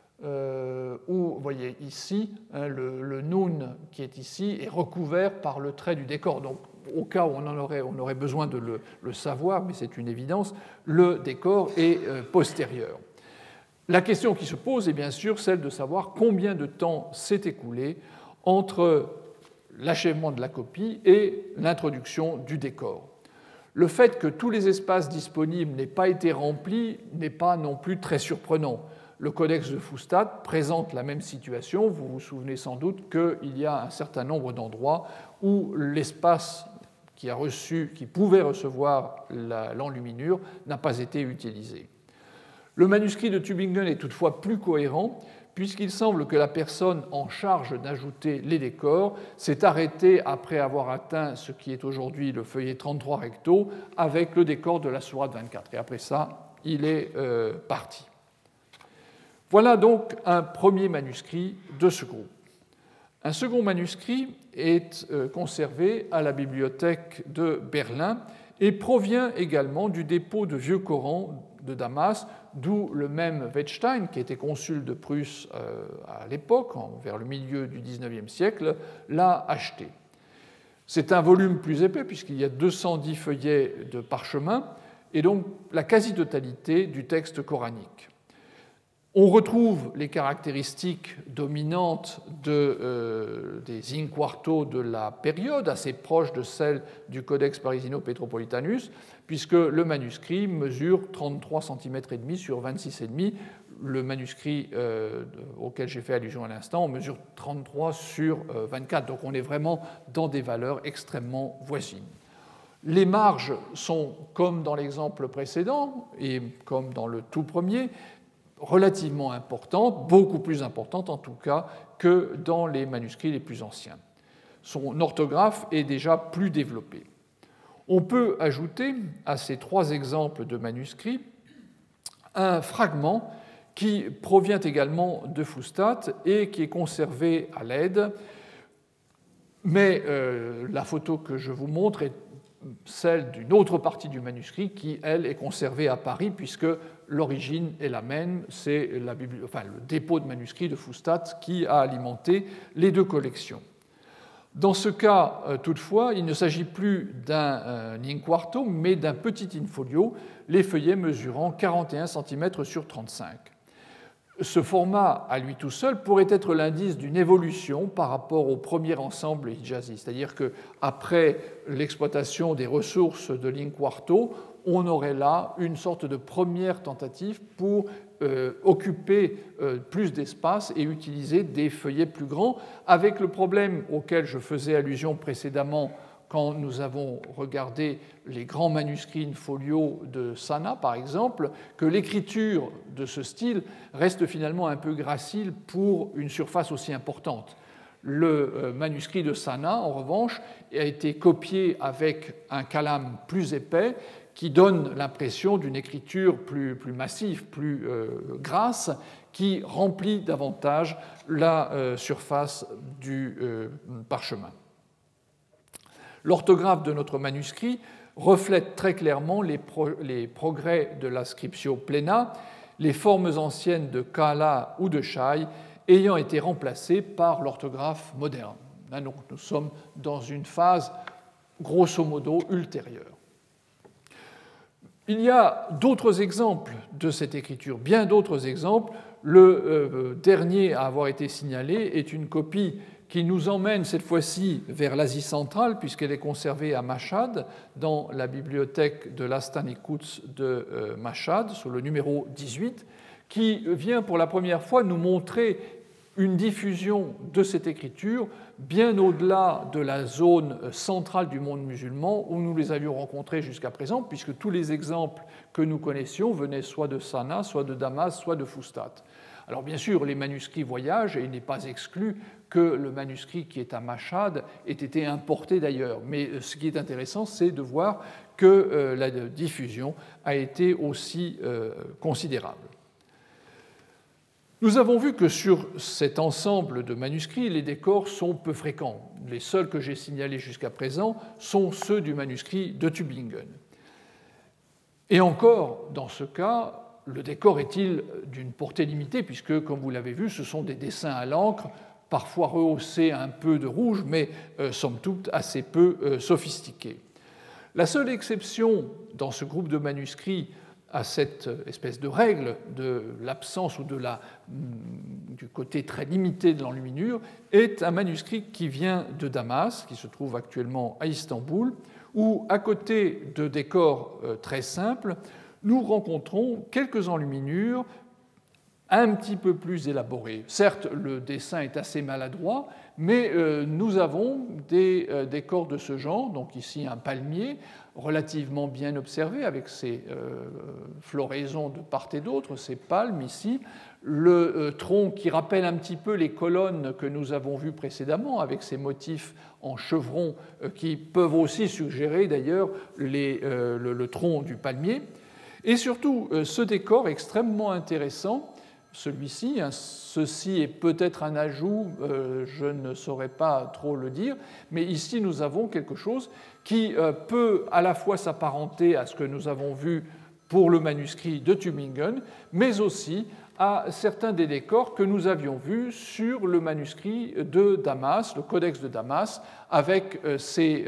où vous voyez ici, le nun qui est ici est recouvert par le trait du décor. Donc au cas où on aurait besoin de le savoir, mais c'est une évidence, le décor est postérieur. La question qui se pose est bien sûr celle de savoir combien de temps s'est écoulé entre l'achèvement de la copie et l'introduction du décor. Le fait que tous les espaces disponibles n'aient pas été remplis n'est pas non plus très surprenant. Le codex de Fustat présente la même situation. Vous vous souvenez sans doute qu'il y a un certain nombre d'endroits où l'espace qui pouvait recevoir l'enluminure n'a pas été utilisé. Le manuscrit de Tübingen est toutefois plus cohérent, puisqu'il semble que la personne en charge d'ajouter les décors s'est arrêtée après avoir atteint ce qui est aujourd'hui le feuillet 33 recto avec le décor de la sourate 24. Et après ça, il est parti. Voilà donc un premier manuscrit de ce groupe. Un second manuscrit est conservé à la bibliothèque de Berlin et provient également du dépôt de vieux Corans de Damas, d'où le même Wettstein, qui était consul de Prusse à l'époque, vers le milieu du XIXe siècle, l'a acheté. C'est un volume plus épais, puisqu'il y a 210 feuillets de parchemin, et donc la quasi-totalité du texte coranique. On retrouve les caractéristiques dominantes des in-quarto de la période, assez proches de celles du Codex Parisino-Petropolitanus, puisque le manuscrit mesure 33 cm et demi sur 26,5. Le manuscrit auquel j'ai fait allusion à l'instant, on mesure 33 sur 24. Donc on est vraiment dans des valeurs extrêmement voisines. Les marges sont, comme dans l'exemple précédent et comme dans le tout premier, relativement importante, beaucoup plus importante en tout cas que dans les manuscrits les plus anciens. Son orthographe est déjà plus développée. On peut ajouter à ces 3 exemples de manuscrits un fragment qui provient également de Fustat et qui est conservé à Leyde, mais la photo que je vous montre est celle d'une autre partie du manuscrit qui, elle, est conservée à Paris, puisque l'origine est la même, c'est le dépôt de manuscrits de Fustat qui a alimenté les 2 collections. Dans ce cas, toutefois, il ne s'agit plus d'un in-quarto, mais d'un petit in-folio, les feuillets mesurant 41 cm sur 35. Ce format, à lui tout seul, pourrait être l'indice d'une évolution par rapport au premier ensemble hijazi, c'est-à-dire qu'après l'exploitation des ressources de l'in-quarto, on aurait là une sorte de première tentative pour occuper plus d'espace et utiliser des feuillets plus grands, avec le problème auquel je faisais allusion précédemment quand nous avons regardé les grands manuscrits in-folio de Sanna, par exemple, que l'écriture de ce style reste finalement un peu gracile pour une surface aussi importante. Le manuscrit de Sanna, en revanche, a été copié avec un calame plus épais qui donne l'impression d'une écriture plus massive, plus grasse, qui remplit davantage la surface du parchemin. L'orthographe de notre manuscrit reflète très clairement les progrès de la scriptio plena, les formes anciennes de Kala ou de Shai ayant été remplacées par l'orthographe moderne. Là, donc, nous sommes dans une phase grosso modo ultérieure. Il y a d'autres exemples de cette écriture, bien d'autres exemples. Le dernier à avoir été signalé est une copie qui nous emmène cette fois-ci vers l'Asie centrale, puisqu'elle est conservée à Mashhad, dans la bibliothèque de l'Astani-Quds de Mashhad, sur le numéro 18, qui vient pour la première fois nous montrer une diffusion de cette écriture bien au-delà de la zone centrale du monde musulman où nous les avions rencontrés jusqu'à présent, puisque tous les exemples que nous connaissions venaient soit de Sanna, soit de Damas, soit de Fustat. Alors bien sûr, les manuscrits voyagent et il n'est pas exclu que le manuscrit qui est à Mashhad ait été importé d'ailleurs. Mais ce qui est intéressant, c'est de voir que la diffusion a été aussi considérable. Nous avons vu que sur cet ensemble de manuscrits, les décors sont peu fréquents. Les seuls que j'ai signalés jusqu'à présent sont ceux du manuscrit de Tübingen. Et encore, dans ce cas, le décor est-il d'une portée limitée, puisque, comme vous l'avez vu, ce sont des dessins à l'encre, parfois rehaussés un peu de rouge, mais somme toute assez peu sophistiqués. La seule exception dans ce groupe de manuscrits à cette espèce de règle de l'absence ou du côté très limité de l'enluminure est un manuscrit qui vient de Damas, qui se trouve actuellement à Istanbul, où, à côté de décors très simples, nous rencontrons quelques enluminures un petit peu plus élaborées. Certes, le dessin est assez maladroit, mais nous avons des décors de ce genre, donc ici un palmier, relativement bien observé, avec ses floraisons de part et d'autre, ses palmes ici, le tronc qui rappelle un petit peu les colonnes que nous avons vues précédemment, avec ces motifs en chevron qui peuvent aussi suggérer d'ailleurs le tronc du palmier. Et surtout, ce décor extrêmement intéressant, celui-ci, ceci est peut-être un ajout, je ne saurais pas trop le dire, mais ici nous avons quelque chose qui peut à la fois s'apparenter à ce que nous avons vu pour le manuscrit de Tübingen, mais aussi à certains des décors que nous avions vus sur le manuscrit de Damas, le Codex de Damas, avec ces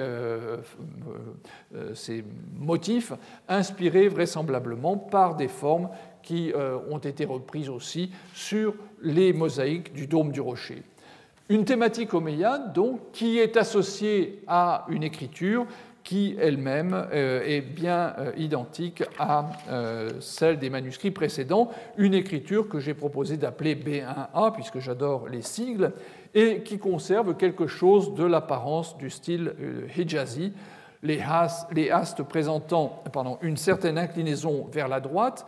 motifs inspirés vraisemblablement par des formes qui ont été reprises aussi sur les mosaïques du dôme du rocher. Une thématique omeyyade, donc, qui est associée à une écriture qui elle-même est bien identique à celle des manuscrits précédents, une écriture que j'ai proposé d'appeler B1A, puisque j'adore les sigles, et qui conserve quelque chose de l'apparence du style hijazi, les astes présentant une certaine inclinaison vers la droite,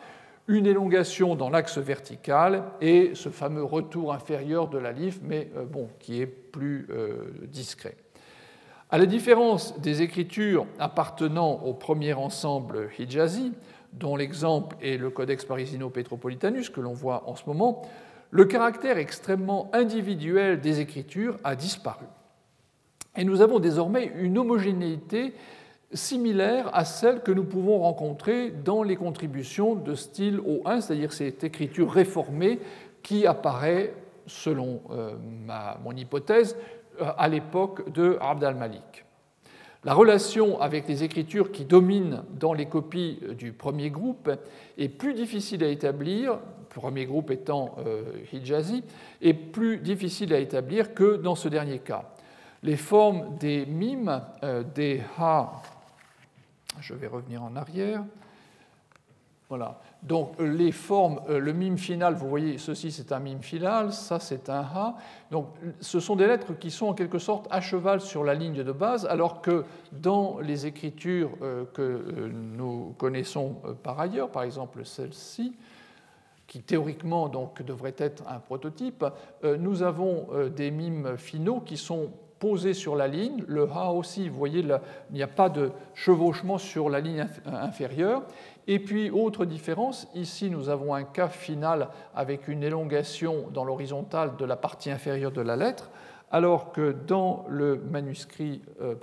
une élongation dans l'axe vertical et ce fameux retour inférieur de la lymphe, mais qui est plus discret. À la différence des écritures appartenant au premier ensemble hijazi, dont l'exemple est le Codex Parisino-Petropolitanus que l'on voit en ce moment, le caractère extrêmement individuel des écritures a disparu. Et nous avons désormais une homogénéité similaire à celle que nous pouvons rencontrer dans les contributions de style O1, c'est-à-dire cette écriture réformée qui apparaît, selon mon hypothèse, à l'époque de Abd al-Malik. La relation avec les écritures qui dominent dans les copies du premier groupe est plus difficile à établir, le premier groupe étant Hijazi, est plus difficile à établir que dans ce dernier cas. Les formes des mimes, des ha, je vais revenir en arrière. Voilà. Donc les formes, le mime final, vous voyez, ceci c'est un mime final, ça c'est un ha. Donc ce sont des lettres qui sont en quelque sorte à cheval sur la ligne de base, alors que dans les écritures que nous connaissons par ailleurs, par exemple celle-ci, qui théoriquement donc devrait être un prototype, nous avons des mimes finaux qui sont posés sur la ligne, le ha aussi, vous voyez, il n'y a pas de chevauchement sur la ligne inférieure. Et puis, autre différence, ici nous avons un K final avec une élongation dans l'horizontale de la partie inférieure de la lettre, alors que dans le manuscrit,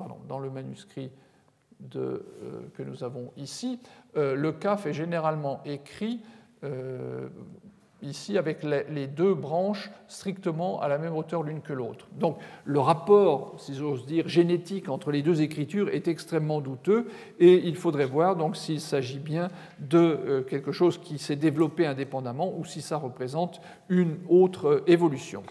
que nous avons ici, le K est généralement écrit ici avec les deux branches strictement à la même hauteur l'une que l'autre. Donc le rapport, si j'ose dire, génétique entre les deux écritures est extrêmement douteux et il faudrait voir donc s'il s'agit bien de quelque chose qui s'est développé indépendamment ou si ça représente une autre évolution.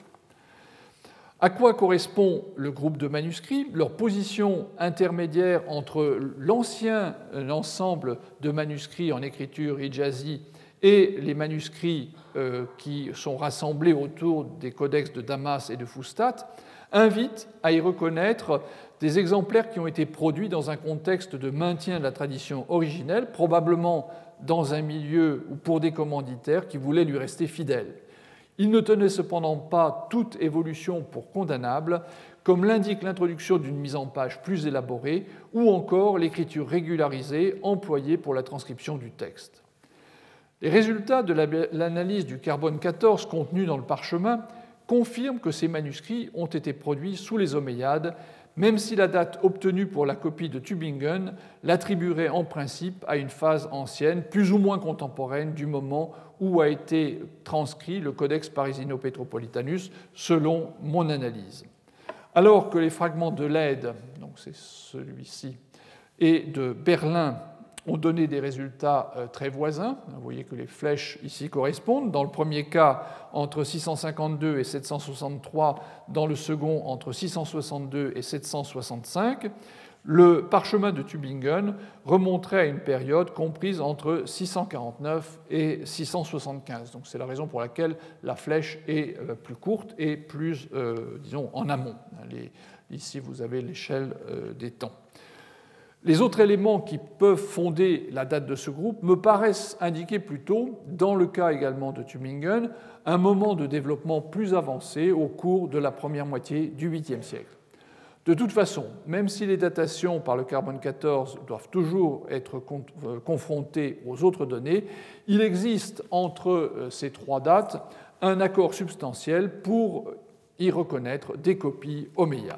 À quoi correspond le groupe de manuscrits? Leur position intermédiaire entre l'ancien ensemble de manuscrits en écriture hijazi et les manuscrits qui sont rassemblés autour des codex de Damas et de Fustat invitent à y reconnaître des exemplaires qui ont été produits dans un contexte de maintien de la tradition originelle, probablement dans un milieu ou pour des commanditaires qui voulaient lui rester fidèles. Il ne tenait cependant pas toute évolution pour condamnable, comme l'indique l'introduction d'une mise en page plus élaborée ou encore l'écriture régularisée employée pour la transcription du texte. Les résultats de l'analyse du carbone 14 contenu dans le parchemin confirment que ces manuscrits ont été produits sous les Omeyyades, même si la date obtenue pour la copie de Tübingen l'attribuerait en principe à une phase ancienne, plus ou moins contemporaine du moment où a été transcrit le Codex Parisino-Petropolitanus, selon mon analyse. Alors que les fragments de Leyde, donc c'est celui-ci, et de Berlin ont donné des résultats très voisins. Vous voyez que les flèches ici correspondent. Dans le premier cas, entre 652 et 763, dans le second, entre 662 et 765. Le parchemin de Tübingen remonterait à une période comprise entre 649 et 675. Donc c'est la raison pour laquelle la flèche est plus courte et plus, disons, en amont. Ici, vous avez l'échelle des temps. Les autres éléments qui peuvent fonder la date de ce groupe me paraissent indiquer plutôt, dans le cas également de Tübingen, un moment de développement plus avancé au cours de la première moitié du 8e siècle. De toute façon, même si les datations par le carbone 14 doivent toujours être confrontées aux autres données, il existe entre ces trois dates un accord substantiel pour y reconnaître des copies omeyyades.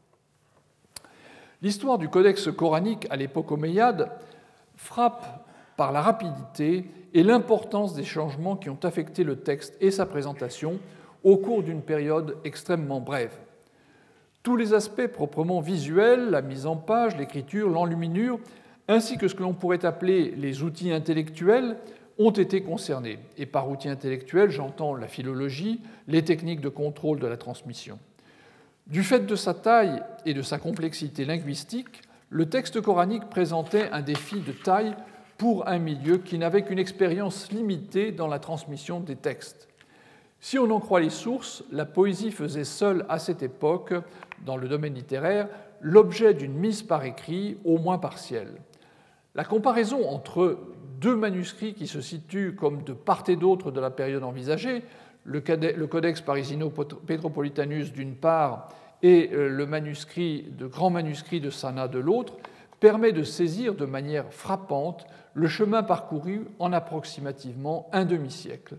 L'histoire du codex coranique à l'époque omeyyade frappe par la rapidité et l'importance des changements qui ont affecté le texte et sa présentation au cours d'une période extrêmement brève. Tous les aspects proprement visuels, la mise en page, l'écriture, l'enluminure, ainsi que ce que l'on pourrait appeler les outils intellectuels, ont été concernés. Et par outils intellectuels, j'entends la philologie, les techniques de contrôle de la transmission. Du fait de sa taille et de sa complexité linguistique, le texte coranique présentait un défi de taille pour un milieu qui n'avait qu'une expérience limitée dans la transmission des textes. Si on en croit les sources, la poésie faisait seule à cette époque, dans le domaine littéraire, l'objet d'une mise par écrit au moins partielle. La comparaison entre deux manuscrits qui se situent comme de part et d'autre de la période envisagée, le Codex Parisino-Petropolitanus d'une part et le grand manuscrit de Sana de l'autre, permet de saisir de manière frappante le chemin parcouru en approximativement un demi-siècle.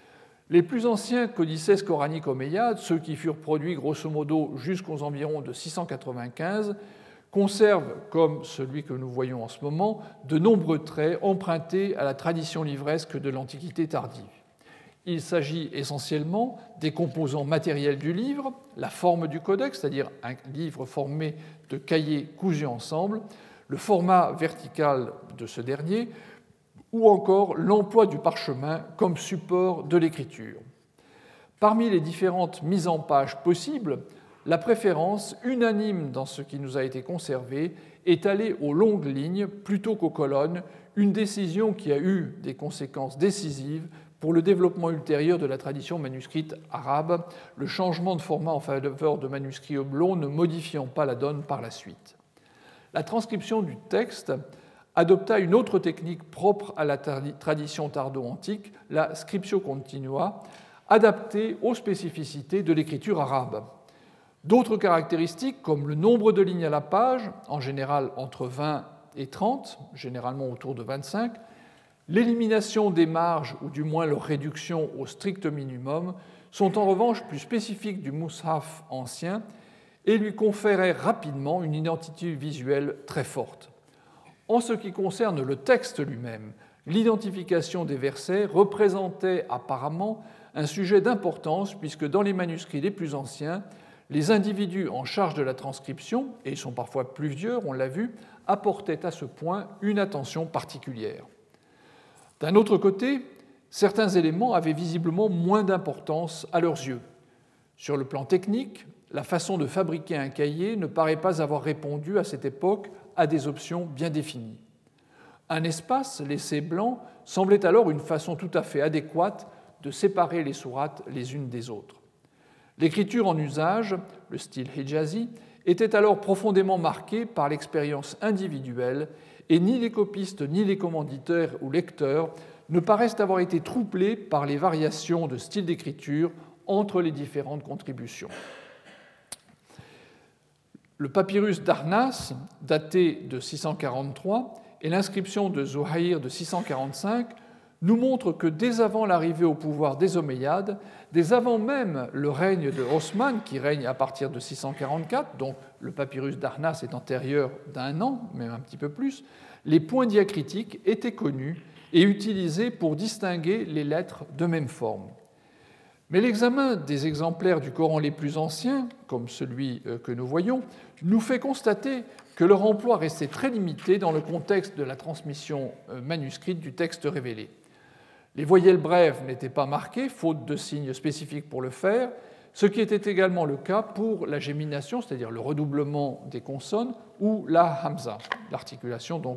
Les plus anciens codices coraniques omeyyades, ceux qui furent produits grosso modo jusqu'aux environs de 695, conservent, comme celui que nous voyons en ce moment, de nombreux traits empruntés à la tradition livresque de l'Antiquité tardive. Il s'agit essentiellement des composants matériels du livre, la forme du codex, c'est-à-dire un livre formé de cahiers cousus ensemble, le format vertical de ce dernier, ou encore l'emploi du parchemin comme support de l'écriture. Parmi les différentes mises en page possibles, la préférence unanime dans ce qui nous a été conservé est allée aux longues lignes plutôt qu'aux colonnes, une décision qui a eu des conséquences décisives pour le développement ultérieur de la tradition manuscrite arabe, le changement de format en faveur de manuscrits oblongs ne modifiant pas la donne par la suite. La transcription du texte adopta une autre technique propre à la tradition tardo-antique, la scriptio continua, adaptée aux spécificités de l'écriture arabe. D'autres caractéristiques, comme le nombre de lignes à la page, en général entre 20 et 30, généralement autour de 25, l'élimination des marges, ou du moins leur réduction au strict minimum, sont en revanche plus spécifiques du Mus'haf ancien et lui conféraient rapidement une identité visuelle très forte. En ce qui concerne le texte lui-même, l'identification des versets représentait apparemment un sujet d'importance puisque dans les manuscrits les plus anciens, les individus en charge de la transcription, et ils sont parfois plusieurs, on l'a vu, apportaient à ce point une attention particulière. D'un autre côté, certains éléments avaient visiblement moins d'importance à leurs yeux. Sur le plan technique, la façon de fabriquer un cahier ne paraît pas avoir répondu à cette époque à des options bien définies. Un espace laissé blanc semblait alors une façon tout à fait adéquate de séparer les sourates les unes des autres. L'écriture en usage, le style hijazi, était alors profondément marquée par l'expérience individuelle et ni les copistes ni les commanditaires ou lecteurs ne paraissent avoir été troublés par les variations de style d'écriture entre les différentes contributions. Le papyrus d'Arnas, daté de 643, et l'inscription de Zuhair de 645 nous montrent que dès avant l'arrivée au pouvoir des Omeyyades, dès avant même le règne de Osman, qui règne à partir de 644, donc le papyrus d'Arnas est antérieur d'1 an, même un petit peu plus, les points diacritiques étaient connus et utilisés pour distinguer les lettres de même forme. Mais l'examen des exemplaires du Coran les plus anciens, comme celui que nous voyons, nous fait constater que leur emploi restait très limité dans le contexte de la transmission manuscrite du texte révélé. Les voyelles brèves n'étaient pas marquées, faute de signes spécifiques pour le faire, ce qui était également le cas pour la gémination, c'est-à-dire le redoublement des consonnes, ou la hamza, l'articulation, donc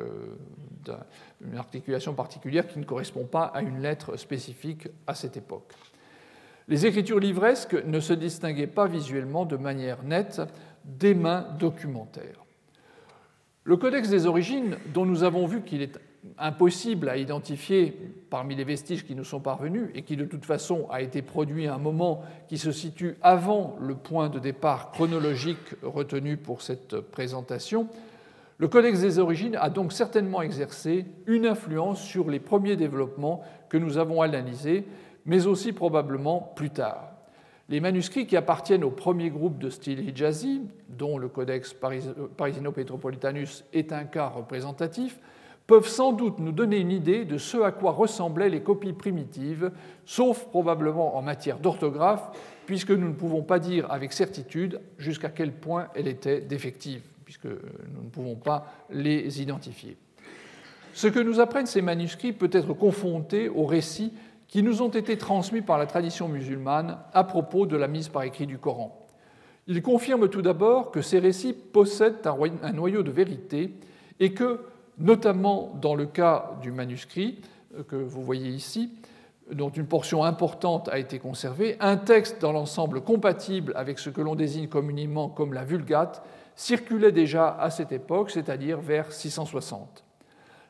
une articulation particulière qui ne correspond pas à une lettre spécifique à cette époque. Les écritures livresques ne se distinguaient pas visuellement de manière nette des mains documentaires. Le Codex des origines, dont nous avons vu qu'il est impossible à identifier parmi les vestiges qui nous sont parvenus et qui de toute façon a été produit à un moment qui se situe avant le point de départ chronologique retenu pour cette présentation, le Codex des origines a donc certainement exercé une influence sur les premiers développements que nous avons analysés, mais aussi probablement plus tard. Les manuscrits qui appartiennent au premier groupe de style hijazi, dont le Codex Parisino-Petropolitanus est un cas représentatif, peuvent sans doute nous donner une idée de ce à quoi ressemblaient les copies primitives, sauf probablement en matière d'orthographe, puisque nous ne pouvons pas dire avec certitude jusqu'à quel point elle était défective, puisque nous ne pouvons pas les identifier. Ce que nous apprennent ces manuscrits peut être confronté aux récits qui nous ont été transmis par la tradition musulmane à propos de la mise par écrit du Coran. Ils confirment tout d'abord que ces récits possèdent un noyau de vérité et que, notamment dans le cas du manuscrit que vous voyez ici, dont une portion importante a été conservée, un texte dans l'ensemble compatible avec ce que l'on désigne communément comme la Vulgate circulait déjà à cette époque, c'est-à-dire vers 660.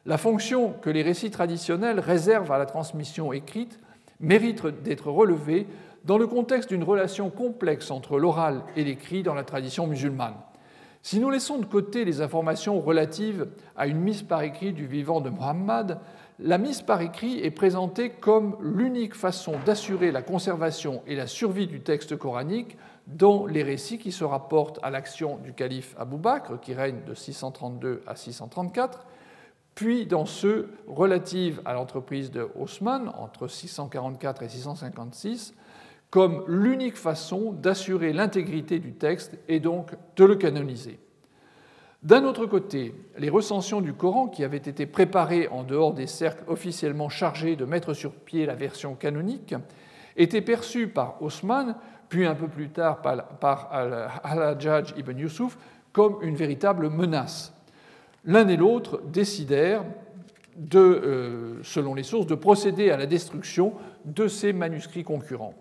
La fonction que les récits traditionnels réservent à la transmission écrite mérite d'être relevée dans le contexte d'une relation complexe entre l'oral et l'écrit dans la tradition musulmane. Si nous laissons de côté les informations relatives à une mise par écrit du vivant de Muhammad, la mise par écrit est présentée comme l'unique façon d'assurer la conservation et la survie du texte coranique dans les récits qui se rapportent à l'action du calife Abu Bakr, qui règne de 632 à 634, puis dans ceux relatifs à l'entreprise de Osman, entre 644 et 656, comme l'unique façon d'assurer l'intégrité du texte et donc de le canoniser. D'un autre côté, les recensions du Coran, qui avaient été préparées en dehors des cercles officiellement chargés de mettre sur pied la version canonique, étaient perçues par Osman, puis un peu plus tard par Al-Hajjaj ibn Yusuf, comme une véritable menace. L'un et l'autre décidèrent, selon les sources, de procéder à la destruction de ces manuscrits concurrents.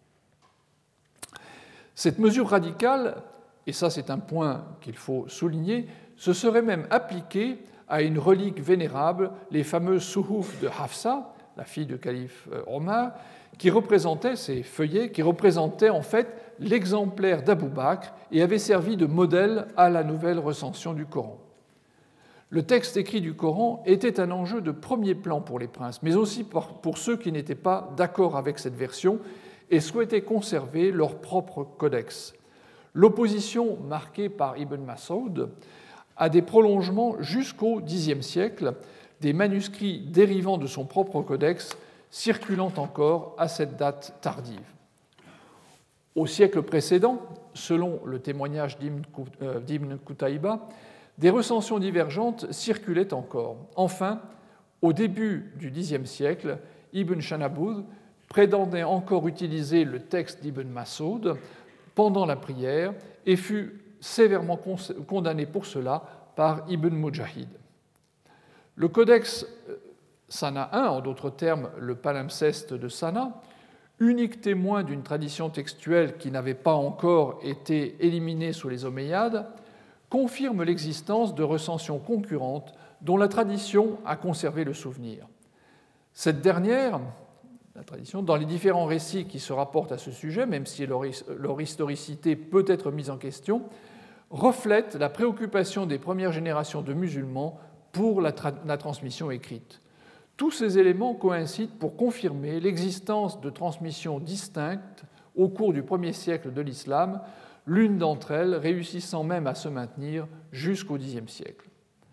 Cette mesure radicale, et ça c'est un point qu'il faut souligner, se serait même appliquée à une relique vénérable, les fameux Suhuf de Hafsa, la fille du calife Omar, qui représentaient ces feuillets, qui représentaient en fait l'exemplaire d'Abou Bakr et avaient servi de modèle à la nouvelle recension du Coran. Le texte écrit du Coran était un enjeu de premier plan pour les princes, mais aussi pour ceux qui n'étaient pas d'accord avec cette version et souhaitaient conserver leur propre codex. L'opposition marquée par Ibn Mas'ud a des prolongements jusqu'au Xe siècle, des manuscrits dérivant de son propre codex circulant encore à cette date tardive. Au siècle précédent, selon le témoignage d'Ibn Qutaïba, des recensions divergentes circulaient encore. Enfin, au début du Xe siècle, Ibn Shanabud prétendait encore utiliser le texte d'Ibn Mas'ud pendant la prière et fut sévèrement condamné pour cela par Ibn Mujahid. Le codex Sana I, en d'autres termes le palimpseste de Sana, unique témoin d'une tradition textuelle qui n'avait pas encore été éliminée sous les Omeyyades, confirme l'existence de recensions concurrentes dont la tradition a conservé le souvenir. Cette dernière, la tradition, dans les différents récits qui se rapportent à ce sujet, même si leur historicité peut être mise en question, reflète la préoccupation des premières générations de musulmans pour la transmission écrite. Tous ces éléments coïncident pour confirmer l'existence de transmissions distinctes au cours du 1er siècle de l'islam, l'une d'entre elles réussissant même à se maintenir jusqu'au Xe siècle.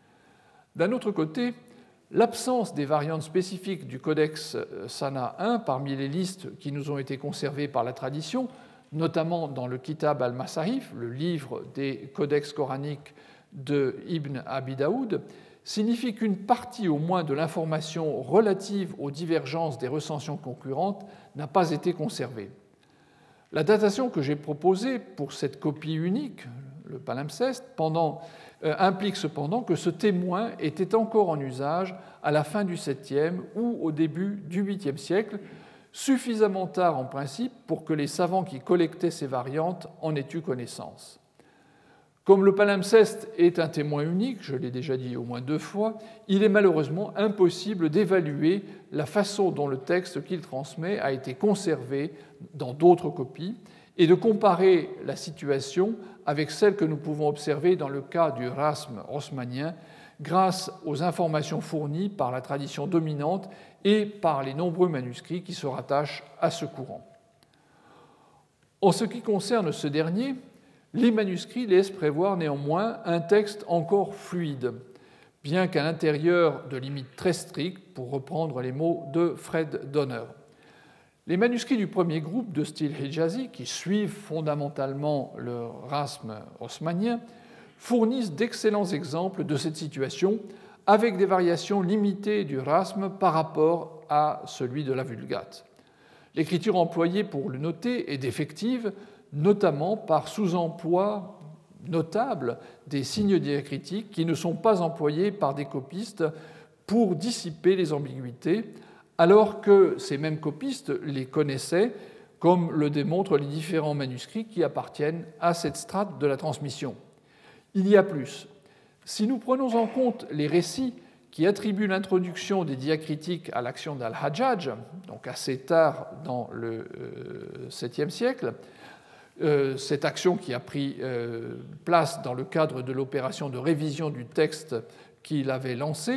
D'un autre côté, l'absence des variantes spécifiques du codex Sana I parmi les listes qui nous ont été conservées par la tradition, notamment dans le Kitab al-Masahif, le livre des codex coraniques de Ibn Abi Daoud, signifie qu'une partie au moins de l'information relative aux divergences des recensions concurrentes n'a pas été conservée. La datation que j'ai proposée pour cette copie unique, le palimpseste, implique cependant que ce témoin était encore en usage à la fin du 7e ou au début du 8e siècle, suffisamment tard en principe pour que les savants qui collectaient ces variantes en aient eu connaissance. Comme le palimpseste est un témoin unique, je l'ai déjà dit au moins 2 fois, il est malheureusement impossible d'évaluer la façon dont le texte qu'il transmet a été conservé dans d'autres copies et de comparer la situation avec celle que nous pouvons observer dans le cas du rasm haussmannien grâce aux informations fournies par la tradition dominante et par les nombreux manuscrits qui se rattachent à ce courant. En ce qui concerne ce dernier, les manuscrits laissent prévoir néanmoins un texte encore fluide, bien qu'à l'intérieur de limites très strictes, pour reprendre les mots de Fred Donner. Les manuscrits du premier groupe de style hijazi, qui suivent fondamentalement le rasm haussmannien, fournissent d'excellents exemples de cette situation, avec des variations limitées du rasm par rapport à celui de la Vulgate. L'écriture employée pour le noter est défective, notamment par sous-emploi notable des signes diacritiques qui ne sont pas employés par des copistes pour dissiper les ambiguïtés, alors que ces mêmes copistes les connaissaient, comme le démontrent les différents manuscrits qui appartiennent à cette strate de la transmission. Il y a plus. Si nous prenons en compte les récits qui attribue l'introduction des diacritiques à l'action d'Al-Hajjaj, donc assez tard dans le 7e siècle. Cette action qui a pris place dans le cadre de l'opération de révision du texte qu'il avait lancée,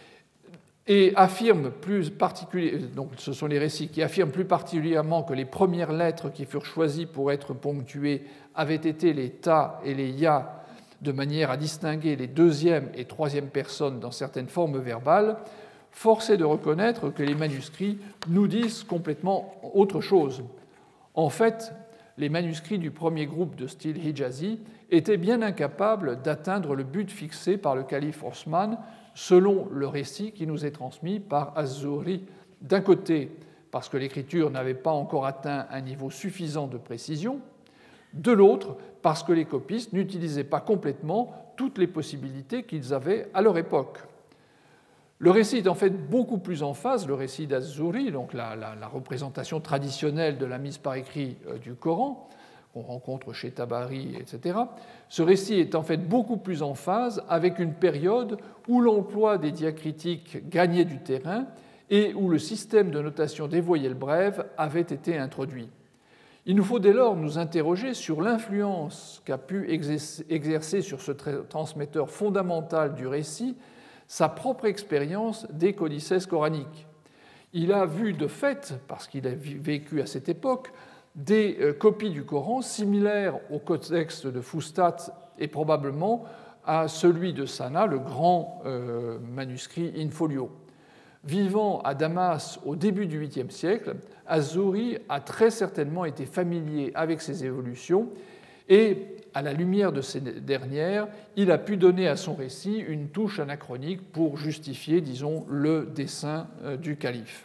et affirme plus particulièrement, donc ce sont les récits qui affirment plus particulièrement que les premières lettres qui furent choisies pour être ponctuées avaient été les ta et les ya, de manière à distinguer les deuxième et troisième personnes dans certaines formes verbales, force est de reconnaître que les manuscrits nous disent complètement autre chose. En fait, les manuscrits du premier groupe de style hijazi étaient bien incapables d'atteindre le but fixé par le calife Osman, selon le récit qui nous est transmis par Az-Zuhri, d'un côté parce que l'écriture n'avait pas encore atteint un niveau suffisant de précision, de l'autre parce que les copistes n'utilisaient pas complètement toutes les possibilités qu'ils avaient à leur époque. Le récit est en fait beaucoup plus en phase, le récit d'Az-Zuhri, donc la représentation traditionnelle de la mise par écrit du Coran, qu'on rencontre chez Tabari, etc. Ce récit est en fait beaucoup plus en phase avec une période où l'emploi des diacritiques gagnait du terrain et où le système de notation des voyelles brèves avait été introduit. Il nous faut dès lors nous interroger sur l'influence qu'a pu exercer sur ce transmetteur fondamental du récit sa propre expérience des codices coraniques. Il a vu de fait, parce qu'il a vécu à cette époque, des copies du Coran similaires au codex de Fustat et probablement à celui de Sana, le grand manuscrit in folio. Vivant à Damas au début du 8e siècle, Az-Zuhri a très certainement été familier avec ces évolutions et, à la lumière de ces dernières, il a pu donner à son récit une touche anachronique pour justifier, disons, le dessein du calife.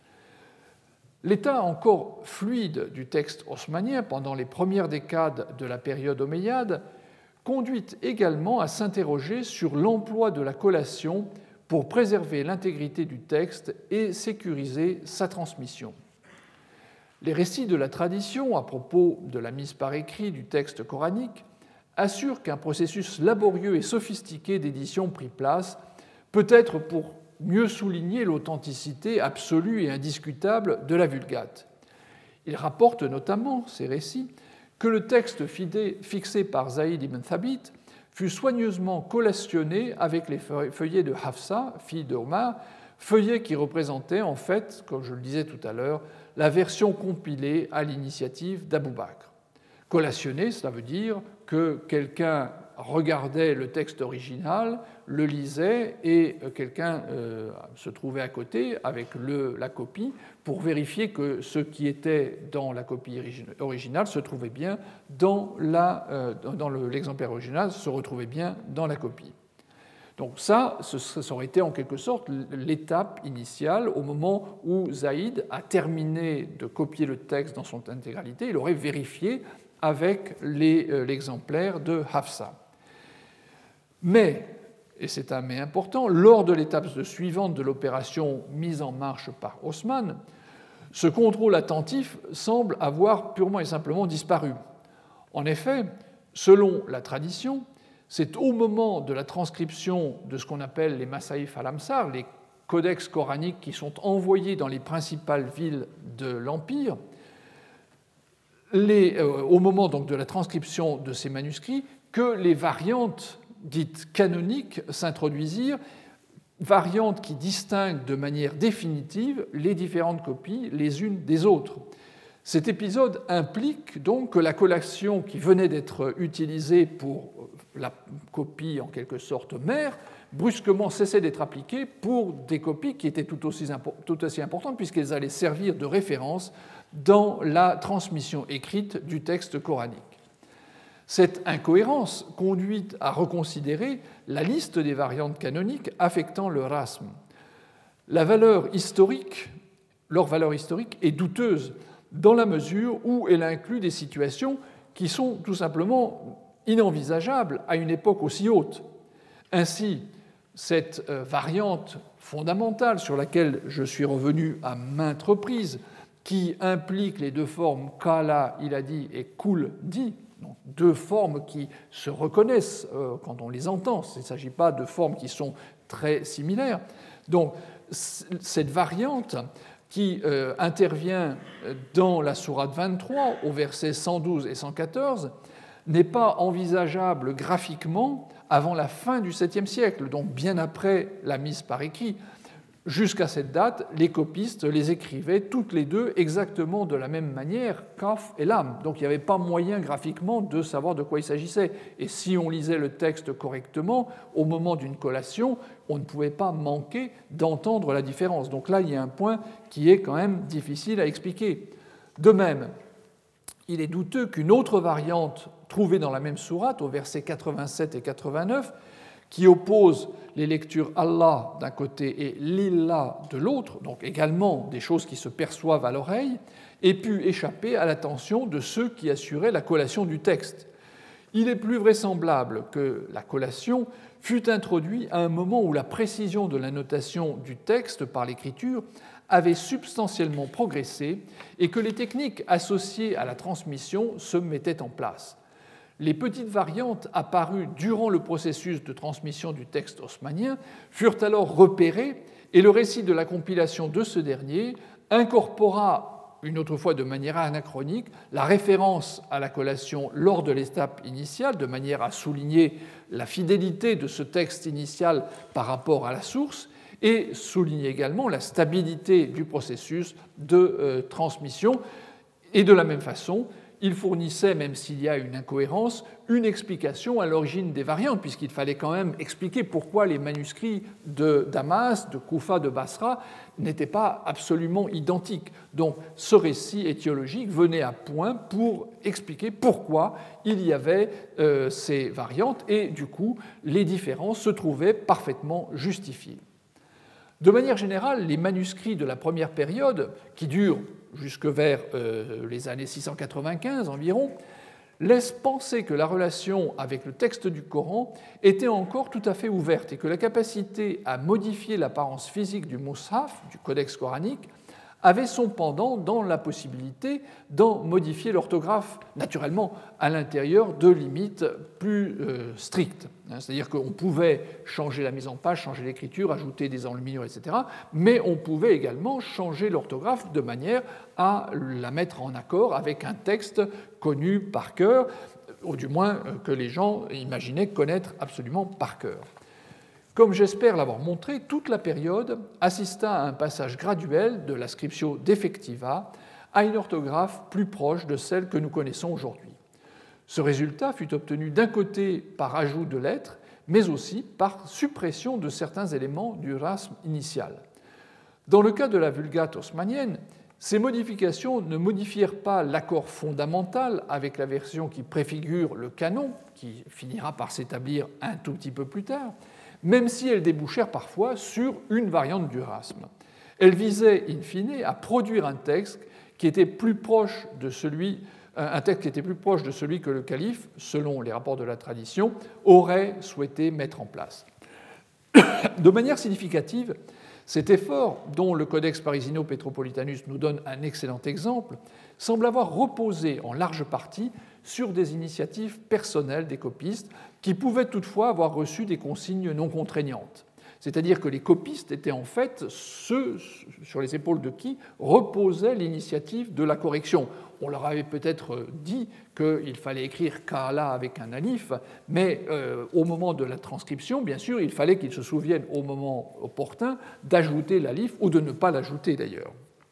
L'état encore fluide du texte osmanien pendant les premières décades de la période omeyyade conduit également à s'interroger sur l'emploi de la collation pour préserver l'intégrité du texte et sécuriser sa transmission. Les récits de la tradition à propos de la mise par écrit du texte coranique assurent qu'un processus laborieux et sophistiqué d'édition prit place, peut-être pour mieux souligner l'authenticité absolue et indiscutable de la Vulgate. Ils rapportent notamment, ces récits, que le texte fixé par Zaïd ibn Thabit fut soigneusement collationné avec les feuillets de Hafsa, fille d'Omar, feuillets qui représentaient en fait, comme je le disais tout à l'heure, la version compilée à l'initiative d'Abou Bakr. Collationné, cela veut dire que quelqu'un regardait le texte original, le lisait et quelqu'un se trouvait à côté avec la copie pour vérifier que ce qui était dans la copie originale se trouvait bien dans l'exemplaire original, se retrouvait bien dans la copie. Donc ça aurait été en quelque sorte l'étape initiale au moment où Zaïd a terminé de copier le texte dans son intégralité, il aurait vérifié avec l'exemplaire de Hafsa. Mais, et c'est un mais important, lors de l'étape suivante de l'opération mise en marche par Osman, ce contrôle attentif semble avoir purement et simplement disparu. En effet, selon la tradition, c'est au moment de la transcription de ce qu'on appelle les Masaïf al-Amsar, les codex coraniques qui sont envoyés dans les principales villes de l'Empire, au moment donc de la transcription de ces manuscrits, que les variantes dites canoniques s'introduisirent, variantes qui distinguent de manière définitive les différentes copies les unes des autres. Cet épisode implique donc que la collation qui venait d'être utilisée pour la copie en quelque sorte mère, brusquement cessait d'être appliquée pour des copies qui étaient tout aussi importantes puisqu'elles allaient servir de référence dans la transmission écrite du texte coranique. Cette incohérence conduit à reconsidérer la liste des variantes canoniques affectant le rasm. Leur valeur historique est douteuse dans la mesure où elle inclut des situations qui sont tout simplement inenvisageables à une époque aussi haute. Ainsi, cette variante fondamentale sur laquelle je suis revenu à maintes reprises, qui implique les deux formes kala, il a dit, et kul, dit, donc deux formes qui se reconnaissent quand on les entend. Il ne s'agit pas de formes qui sont très similaires. Donc, cette variante qui intervient dans la sourate 23, au verset 112 et 114, n'est pas envisageable graphiquement avant la fin du 7e siècle, donc bien après la mise par écrit. Jusqu'à cette date, les copistes les écrivaient toutes les deux exactement de la même manière, Kaf et Lam. Donc il n'y avait pas moyen graphiquement de savoir de quoi il s'agissait. Et si on lisait le texte correctement, au moment d'une collation, on ne pouvait pas manquer d'entendre la différence. Donc là, il y a un point qui est quand même difficile à expliquer. De même, il est douteux qu'une autre variante trouvée dans la même sourate, au versets 87 et 89, qui oppose les lectures Allah d'un côté et Lillah de l'autre, donc également des choses qui se perçoivent à l'oreille, ait pu échapper à l'attention de ceux qui assuraient la collation du texte. Il est plus vraisemblable que la collation fut introduite à un moment où la précision de la notation du texte par l'écriture avait substantiellement progressé et que les techniques associées à la transmission se mettaient en place. Les petites variantes apparues durant le processus de transmission du texte haussmannien furent alors repérées et le récit de la compilation de ce dernier incorpora, une autre fois de manière anachronique, la référence à la collation lors de l'étape initiale, de manière à souligner la fidélité de ce texte initial par rapport à la source, et souligner également la stabilité du processus de transmission. Et de la même façon, il fournissait, même s'il y a une incohérence, une explication à l'origine des variantes, puisqu'il fallait quand même expliquer pourquoi les manuscrits de Damas, de Koufa, de Basra n'étaient pas absolument identiques. Donc ce récit étiologique venait à point pour expliquer pourquoi il y avait ces variantes, et du coup, les différences se trouvaient parfaitement justifiées. De manière générale, les manuscrits de la première période, qui durent jusque vers les années 695 environ, laissent penser que la relation avec le texte du Coran était encore tout à fait ouverte et que la capacité à modifier l'apparence physique du Mus'haf, du codex coranique, avait son pendant dans la possibilité d'en modifier l'orthographe, naturellement à l'intérieur de limites plus strictes. C'est-à-dire qu'on pouvait changer la mise en page, changer l'écriture, ajouter des enluminures, etc. Mais on pouvait également changer l'orthographe de manière à la mettre en accord avec un texte connu par cœur, ou du moins que les gens imaginaient connaître absolument par cœur. Comme j'espère l'avoir montré, toute la période assista à un passage graduel de la scriptio defectiva à une orthographe plus proche de celle que nous connaissons aujourd'hui. Ce résultat fut obtenu d'un côté par ajout de lettres, mais aussi par suppression de certains éléments du rasme initial. Dans le cas de la Vulgate haussmannienne, ces modifications ne modifièrent pas l'accord fondamental avec la version qui préfigure le canon, qui finira par s'établir un tout petit peu plus tard, même si elles débouchèrent parfois sur une variante du rasme. Elles visaient, in fine, à produire un texte qui était plus proche de celui que le calife, selon les rapports de la tradition, aurait souhaité mettre en place. De manière significative, cet effort, dont le Codex Parisino-Petropolitanus nous donne un excellent exemple, semble avoir reposé en large partie sur des initiatives personnelles des copistes qui pouvaient toutefois avoir reçu des consignes non contraignantes. C'est-à-dire que les copistes étaient en fait ceux sur les épaules de qui reposait l'initiative de la correction. On leur avait peut-être dit qu'il fallait écrire Ka'ala avec un alif, mais au moment de la transcription, bien sûr, il fallait qu'ils se souviennent au moment opportun d'ajouter l'alif ou de ne pas l'ajouter d'ailleurs.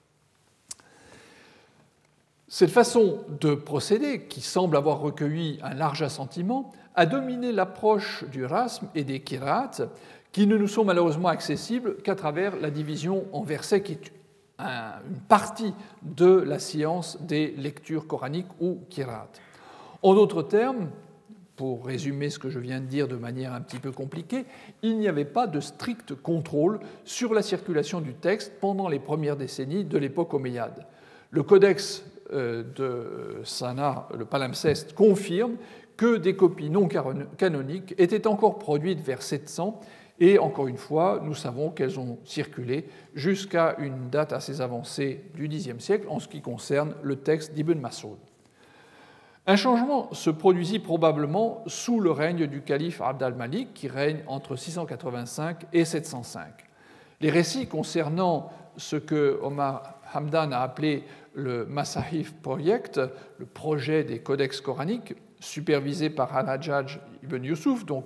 Cette façon de procéder, qui semble avoir recueilli un large assentiment, a dominé l'approche du rasm et des qira'at, qui ne nous sont malheureusement accessibles qu'à travers la division en versets, qui est une partie de la science des lectures coraniques ou qira'at. En d'autres termes, pour résumer ce que je viens de dire de manière un petit peu compliquée, il n'y avait pas de strict contrôle sur la circulation du texte pendant les premières décennies de l'époque omeyyade. Le codex de Sanaa, le palimpseste, confirme que des copies non canoniques étaient encore produites vers 700, et encore une fois, nous savons qu'elles ont circulé jusqu'à une date assez avancée du Xe siècle en ce qui concerne le texte d'Ibn Mas'ud. Un changement se produisit probablement sous le règne du calife Abd al-Malik, qui règne entre 685 et 705. Les récits concernant ce que Omar Hamdan a appelé le Masahif Project, le projet des codex coraniques, supervisé par Al-Hajjaj ibn Yusuf, donc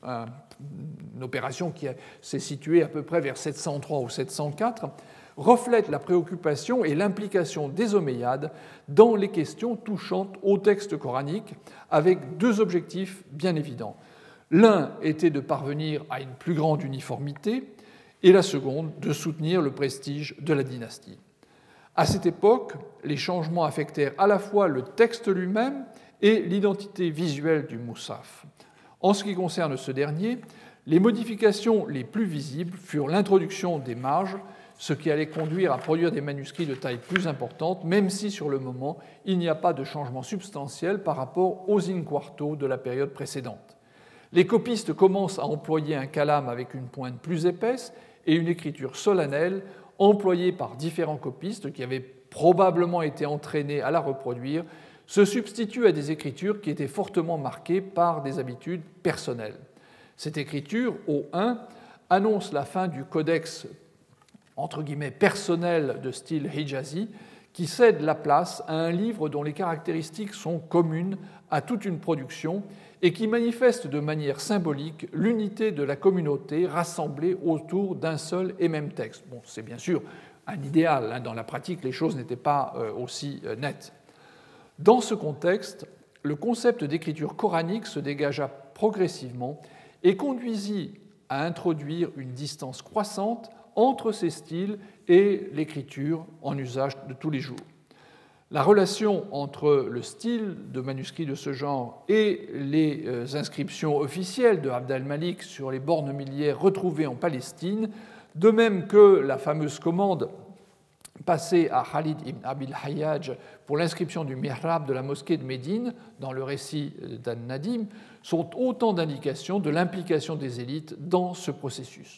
une opération qui s'est située à peu près vers 703 ou 704, reflète la préoccupation et l'implication des Omeyyades dans les questions touchant au texte coranique, avec deux objectifs bien évidents. L'un était de parvenir à une plus grande uniformité, et la seconde, de soutenir le prestige de la dynastie. À cette époque, les changements affectèrent à la fois le texte lui-même et l'identité visuelle du Moussaf. En ce qui concerne ce dernier, les modifications les plus visibles furent l'introduction des marges, ce qui allait conduire à produire des manuscrits de taille plus importante, même si sur le moment, il n'y a pas de changement substantiel par rapport aux in-quarto de la période précédente. Les copistes commencent à employer un calame avec une pointe plus épaisse et une écriture solennelle employée par différents copistes qui avaient probablement été entraînés à la reproduire, se substitue à des écritures qui étaient fortement marquées par des habitudes personnelles. Cette écriture, au 1, annonce la fin du codex entre guillemets personnel de style hijazi, qui cède la place à un livre dont les caractéristiques sont communes à toute une production et qui manifeste de manière symbolique l'unité de la communauté rassemblée autour d'un seul et même texte. Bon, c'est bien sûr un idéal, hein, dans la pratique les choses n'étaient pas aussi nettes. Dans ce contexte, le concept d'écriture coranique se dégagea progressivement et conduisit à introduire une distance croissante entre ces styles et l'écriture en usage de tous les jours. La relation entre le style de manuscrits de ce genre et les inscriptions officielles de Abd al-Malik sur les bornes miliaires retrouvées en Palestine, de même que la fameuse commande passée à Khalid ibn Abil Hayyaj pour l'inscription du mihrab de la mosquée de Médine dans le récit d'An-Nadim, sont autant d'indications de l'implication des élites dans ce processus.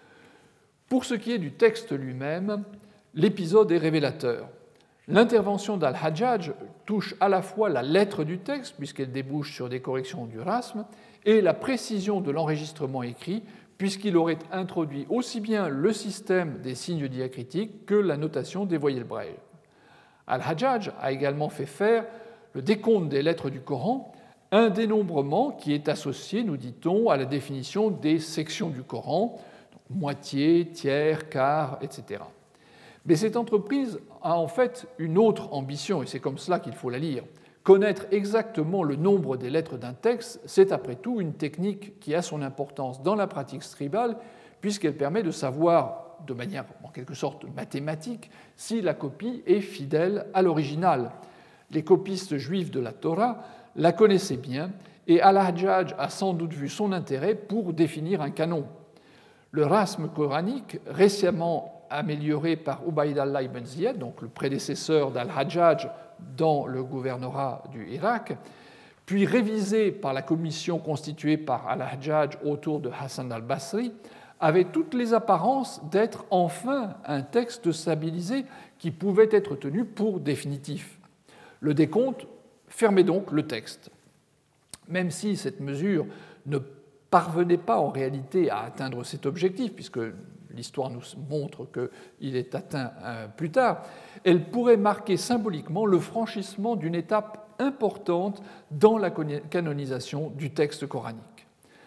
Pour ce qui est du texte lui-même, l'épisode est révélateur. L'intervention d'Al-Hajjaj touche à la fois la lettre du texte, puisqu'elle débouche sur des corrections du rasm, et la précision de l'enregistrement écrit, puisqu'il aurait introduit aussi bien le système des signes diacritiques que la notation des voyelles braille. Al-Hajjaj a également fait faire le décompte des lettres du Coran, un dénombrement qui est associé, nous dit-on, à la définition des sections du Coran, moitié, tiers, quart, etc. Mais cette entreprise a en fait une autre ambition, et c'est comme cela qu'il faut la lire. Connaître exactement le nombre des lettres d'un texte, c'est après tout une technique qui a son importance dans la pratique scribale, puisqu'elle permet de savoir, de manière en quelque sorte mathématique, si la copie est fidèle à l'original. Les copistes juifs de la Torah la connaissaient bien, et Al-Hajjaj a sans doute vu son intérêt pour définir un canon. Le rasm coranique, récemment amélioré par Ubaydallah ibn Ziyad, donc le prédécesseur d'Al-Hajjaj dans le gouvernorat du Irak, puis révisé par la commission constituée par Al-Hajjaj autour de Hassan al-Basri, avait toutes les apparences d'être enfin un texte stabilisé qui pouvait être tenu pour définitif. Le décompte fermait donc le texte. Même si cette mesure ne parvenait pas en réalité à atteindre cet objectif, puisque l'histoire nous montre qu'il est atteint plus tard, elle pourrait marquer symboliquement le franchissement d'une étape importante dans la canonisation du texte coranique.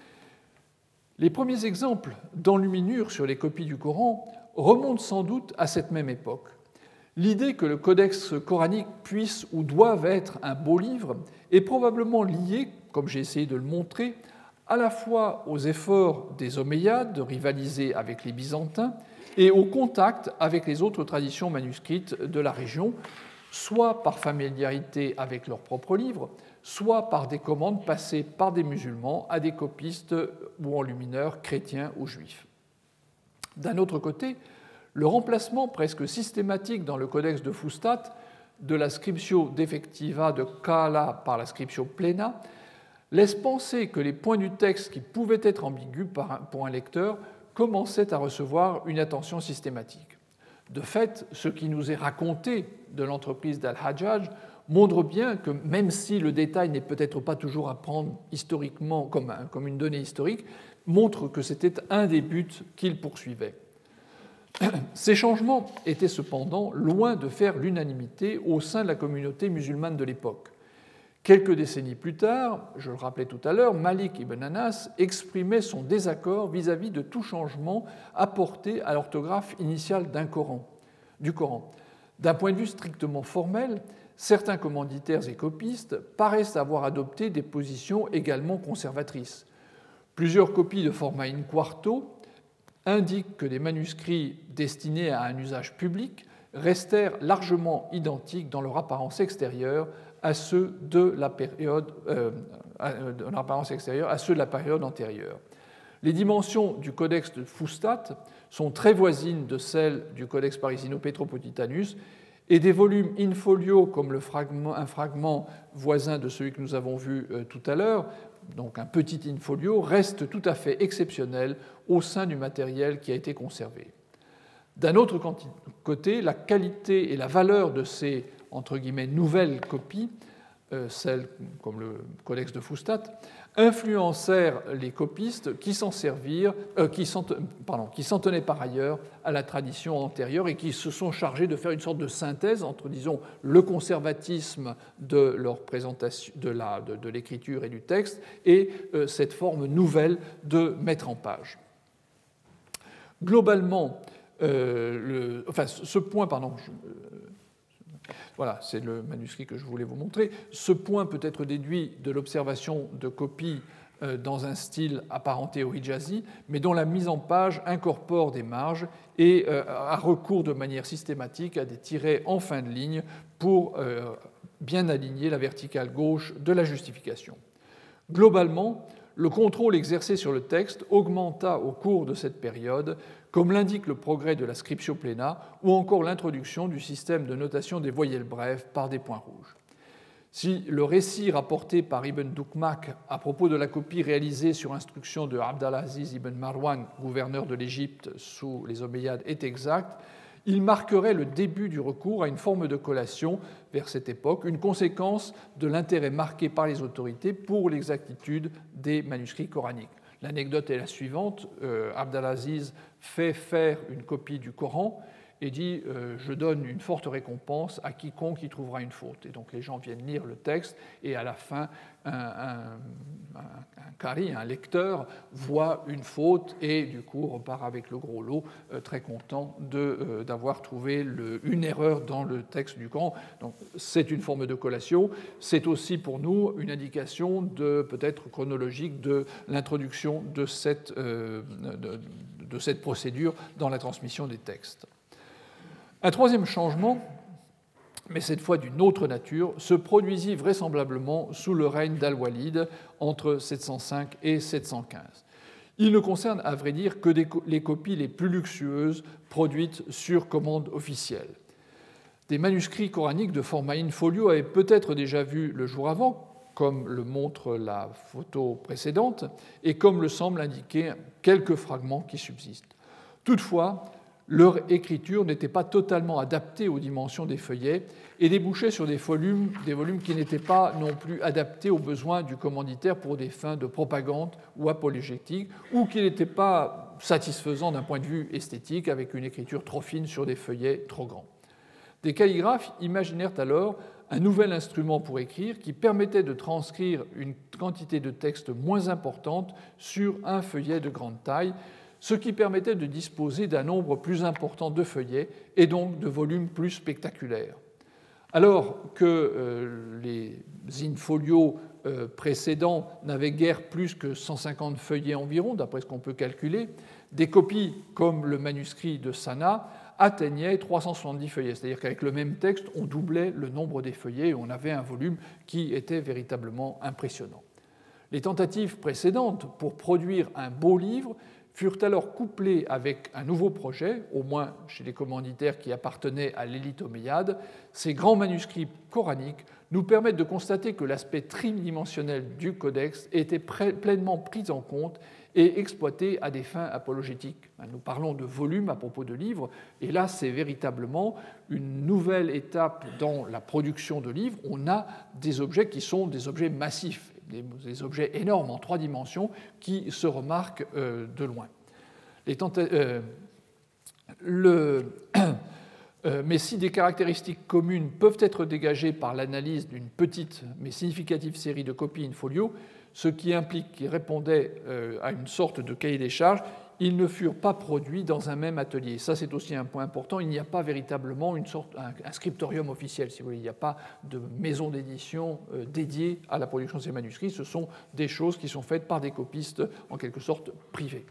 Les premiers exemples d'enluminure sur les copies du Coran remontent sans doute à cette même époque. L'idée que le codex coranique puisse ou doive être un beau livre est probablement liée, comme j'ai essayé de le montrer, à la fois aux efforts des Omeyyades de rivaliser avec les Byzantins et au contact avec les autres traditions manuscrites de la région, soit par familiarité avec leurs propres livres, soit par des commandes passées par des musulmans à des copistes ou enlumineurs chrétiens ou juifs. D'un autre côté, le remplacement presque systématique dans le codex de Fustat de la scriptio defectiva de Kala par la scriptio plena laisse penser que les points du texte qui pouvaient être ambigus pour un lecteur commençaient à recevoir une attention systématique. De fait, ce qui nous est raconté de l'entreprise d'Al-Hajjaj montre bien que même si le détail n'est peut-être pas toujours à prendre historiquement comme une donnée historique, montre que c'était un des buts qu'il poursuivait. Ces changements étaient cependant loin de faire l'unanimité au sein de la communauté musulmane de l'époque. Quelques décennies plus tard, je le rappelais tout à l'heure, Malik ibn Anas exprimait son désaccord vis-à-vis de tout changement apporté à l'orthographe initiale du Coran. D'un point de vue strictement formel, certains commanditaires et copistes paraissent avoir adopté des positions également conservatrices. Plusieurs copies de format in quarto indiquent que des manuscrits destinés à un usage public restèrent largement identiques dans leur apparence extérieure à ceux de la période antérieure. Les dimensions du codex de Fustat sont très voisines de celles du codex Parisino-Petropolitanus et des volumes in folio, comme un fragment voisin de celui que nous avons vu tout à l'heure, donc un petit in folio, restent tout à fait exceptionnels au sein du matériel qui a été conservé. D'un autre côté, la qualité et la valeur de ces entre guillemets, nouvelles copies, celles comme le codex de Fustat, influencèrent les copistes qui s'en tenaient par ailleurs à la tradition antérieure et qui se sont chargés de faire une sorte de synthèse entre, disons, le conservatisme de leur présentation de l'écriture et du texte et cette forme nouvelle de mettre en page. Globalement, ce point, voilà, c'est le manuscrit que je voulais vous montrer. Ce point peut être déduit de l'observation de copies dans un style apparenté au hijazi, mais dont la mise en page incorpore des marges et a recours de manière systématique à des tirets en fin de ligne pour bien aligner la verticale gauche de la justification. Globalement, le contrôle exercé sur le texte augmenta au cours de cette période, comme l'indique le progrès de la scriptio plena ou encore l'introduction du système de notation des voyelles brèves par des points rouges. Si le récit rapporté par Ibn Dukmak à propos de la copie réalisée sur instruction de Abd al-Aziz ibn Marwan, gouverneur de l'Égypte sous les Omeyyades, est exact, il marquerait le début du recours à une forme de collation vers cette époque, une conséquence de l'intérêt marqué par les autorités pour l'exactitude des manuscrits coraniques. L'anecdote est la suivante. Abd al-Aziz fait faire une copie du Coran et dit « Je donne une forte récompense à quiconque y trouvera une faute ». Et donc les gens viennent lire le texte et à la fin, un qari, un lecteur, voit une faute et du coup repart avec le gros lot, très content d'avoir trouvé une erreur dans le texte du Coran. Donc c'est une forme de collation. C'est aussi pour nous une indication peut-être chronologique de l'introduction de cette procédure dans la transmission des textes. Un troisième changement, mais cette fois d'une autre nature, se produisit vraisemblablement sous le règne d'Al-Walid entre 705 et 715. Il ne concerne, à vrai dire, que les copies les plus luxueuses produites sur commande officielle. Des manuscrits coraniques de format in folio avaient peut-être déjà vu le jour avant, comme le montre la photo précédente, et comme le semble indiquer quelques fragments qui subsistent. Toutefois, leur écriture n'était pas totalement adaptée aux dimensions des feuillets et débouchait sur des volumes qui n'étaient pas non plus adaptés aux besoins du commanditaire pour des fins de propagande ou apologétique, ou qui n'étaient pas satisfaisants d'un point de vue esthétique avec une écriture trop fine sur des feuillets trop grands. Des calligraphes imaginèrent alors un nouvel instrument pour écrire qui permettait de transcrire une quantité de texte moins importante sur un feuillet de grande taille, ce qui permettait de disposer d'un nombre plus important de feuillets et donc de volumes plus spectaculaires. Alors que les in-folio précédents n'avaient guère plus que 150 feuillets environ, d'après ce qu'on peut calculer, des copies comme le manuscrit de Sanaa atteignaient 370 feuillets, c'est-à-dire qu'avec le même texte, on doublait le nombre des feuillets et on avait un volume qui était véritablement impressionnant. Les tentatives précédentes pour produire un beau livre furent alors couplés avec un nouveau projet, au moins chez les commanditaires qui appartenaient à l'élite omeyyade. Ces grands manuscrits coraniques nous permettent de constater que l'aspect tridimensionnel du codex était pleinement pris en compte et exploité à des fins apologétiques. Nous parlons de volume à propos de livres, et là c'est véritablement une nouvelle étape dans la production de livres. On a des objets qui sont des objets massifs, des objets énormes en 3 dimensions qui se remarquent de loin. Mais si des caractéristiques communes peuvent être dégagées par l'analyse d'une petite mais significative série de copies in folio, ce qui implique qu'ils répondaient à une sorte de cahier des charges, ils ne furent pas produits dans un même atelier. Ça, c'est aussi un point important. Il n'y a pas véritablement un scriptorium officiel, si vous voulez. Il n'y a pas de maison d'édition dédiée à la production de ces manuscrits. Ce sont des choses qui sont faites par des copistes, en quelque sorte, privés.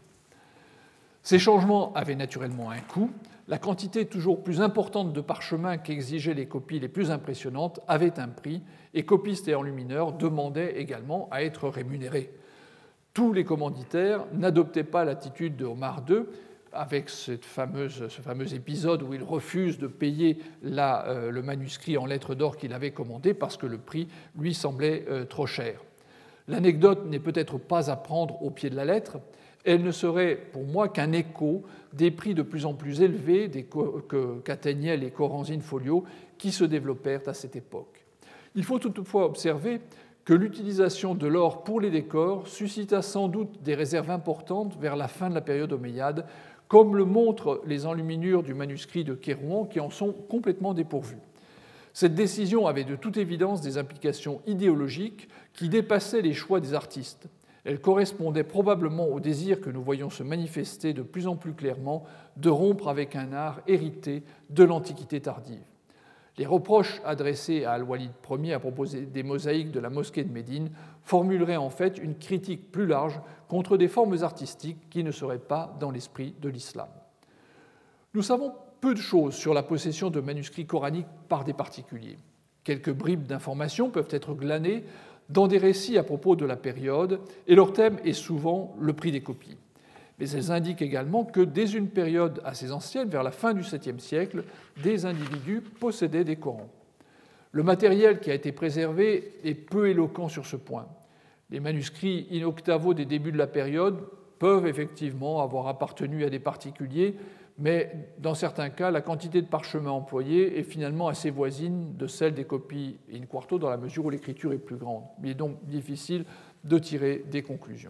Ces changements avaient naturellement un coût. La quantité toujours plus importante de parchemin qu'exigeaient les copies les plus impressionnantes avait un prix, et copistes et enlumineurs demandaient également à être rémunérés. Tous les commanditaires n'adoptaient pas l'attitude de Omar II, avec ce fameux épisode où il refuse de payer le manuscrit en lettres d'or qu'il avait commandé parce que le prix lui semblait trop cher. L'anecdote n'est peut-être pas à prendre au pied de la lettre. Elle ne serait pour moi qu'un écho des prix de plus en plus élevés qu'atteignaient les Korans in folio qui se développèrent à cette époque. Il faut toutefois observer que l'utilisation de l'or pour les décors suscita sans doute des réserves importantes vers la fin de la période omeyyade, comme le montrent les enluminures du manuscrit de Kérouan qui en sont complètement dépourvues. Cette décision avait de toute évidence des implications idéologiques qui dépassaient les choix des artistes. Elle correspondait probablement au désir que nous voyons se manifester de plus en plus clairement de rompre avec un art hérité de l'Antiquité tardive. Les reproches adressés à Al-Walid Ier à propos des mosaïques de la mosquée de Médine formuleraient en fait une critique plus large contre des formes artistiques qui ne seraient pas dans l'esprit de l'islam. Nous savons peu de choses sur la possession de manuscrits coraniques par des particuliers. Quelques bribes d'informations peuvent être glanées dans des récits à propos de la période, et leur thème est souvent le prix des copies. Mais elles indiquent également que dès une période assez ancienne, vers la fin du 7e siècle, des individus possédaient des Corans. Le matériel qui a été préservé est peu éloquent sur ce point. Les manuscrits in octavo des débuts de la période peuvent effectivement avoir appartenu à des particuliers, mais dans certains cas, la quantité de parchemin employée est finalement assez voisine de celle des copies in quarto dans la mesure où l'écriture est plus grande. Il est donc difficile de tirer des conclusions.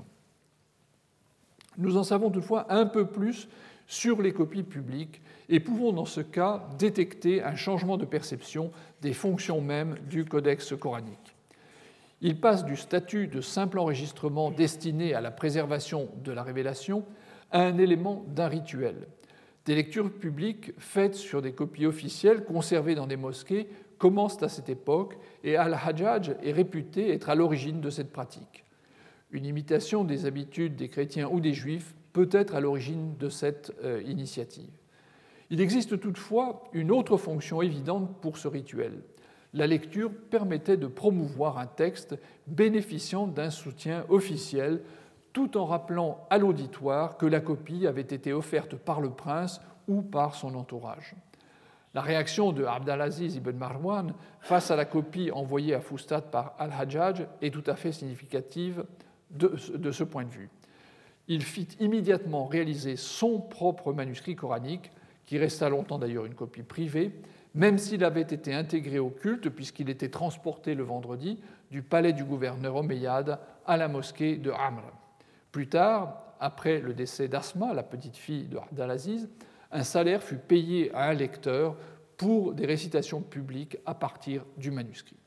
Nous en savons toutefois un peu plus sur les copies publiques et pouvons dans ce cas détecter un changement de perception des fonctions mêmes du codex coranique. Il passe du statut de simple enregistrement destiné à la préservation de la révélation à un élément d'un rituel. Des lectures publiques faites sur des copies officielles conservées dans des mosquées commencent à cette époque et Al-Hajjaj est réputé être à l'origine de cette pratique. Une imitation des habitudes des chrétiens ou des juifs peut être à l'origine de cette initiative. Il existe toutefois une autre fonction évidente pour ce rituel. La lecture permettait de promouvoir un texte bénéficiant d'un soutien officiel, tout en rappelant à l'auditoire que la copie avait été offerte par le prince ou par son entourage. La réaction de Abdalaziz ibn Marwan face à la copie envoyée à Fustat par Al-Hajjaj est tout à fait significative de ce point de vue. Il fit immédiatement réaliser son propre manuscrit coranique, qui resta longtemps d'ailleurs une copie privée, même s'il avait été intégré au culte, puisqu'il était transporté le vendredi du palais du gouverneur omeyyade à la mosquée de Amr. Plus tard, après le décès d'Asma, la petite fille de Abdalaziz, un salaire fut payé à un lecteur pour des récitations publiques à partir du manuscrit.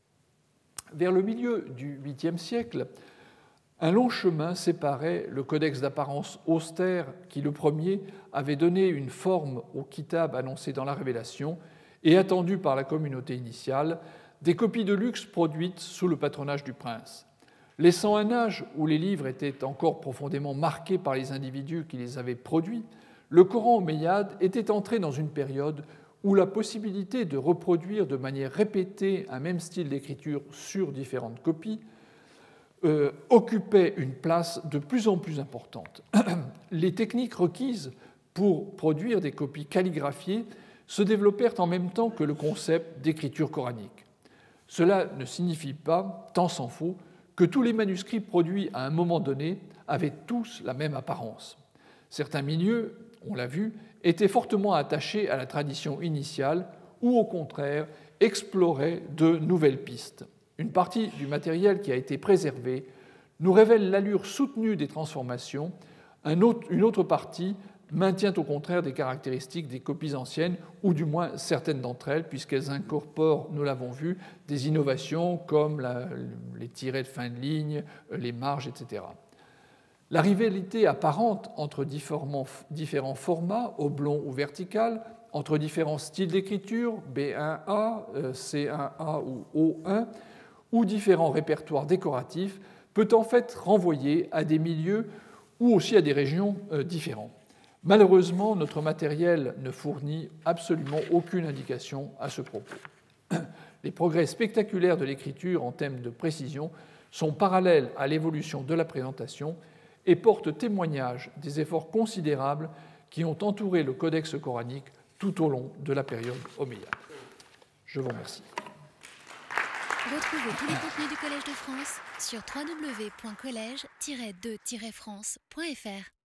Vers le milieu du 8e siècle, un long chemin séparait le codex d'apparence austère qui, le premier, avait donné une forme au kitab annoncé dans la Révélation et attendu par la communauté initiale, des copies de luxe produites sous le patronage du prince. Laissant un âge où les livres étaient encore profondément marqués par les individus qui les avaient produits, le Coran omeyyade était entré dans une période où la possibilité de reproduire de manière répétée un même style d'écriture sur différentes copies occupait une place de plus en plus importante. Les techniques requises pour produire des copies calligraphiées se développèrent en même temps que le concept d'écriture coranique. Cela ne signifie pas, tant s'en faut, que tous les manuscrits produits à un moment donné avaient tous la même apparence. Certains milieux, on l'a vu, étaient fortement attachés à la tradition initiale ou, au contraire, exploraient de nouvelles pistes. Une partie du matériel qui a été préservé nous révèle l'allure soutenue des transformations, une autre partie maintient au contraire des caractéristiques des copies anciennes, ou du moins certaines d'entre elles, puisqu'elles incorporent, nous l'avons vu, des innovations comme les tirets de fin de ligne, les marges, etc. La rivalité apparente entre différents formats, oblong ou vertical, entre différents styles d'écriture, B1A, C1A ou O1, ou différents répertoires décoratifs, peut en fait renvoyer à des milieux ou aussi à des régions différentes. Malheureusement, notre matériel ne fournit absolument aucune indication à ce propos. Les progrès spectaculaires de l'écriture en termes de précision sont parallèles à l'évolution de la présentation et portent témoignage des efforts considérables qui ont entouré le codex coranique tout au long de la période omeyyade. Je vous remercie. Retrouvez tous les contenus du Collège de France sur www.collège-2-france.fr.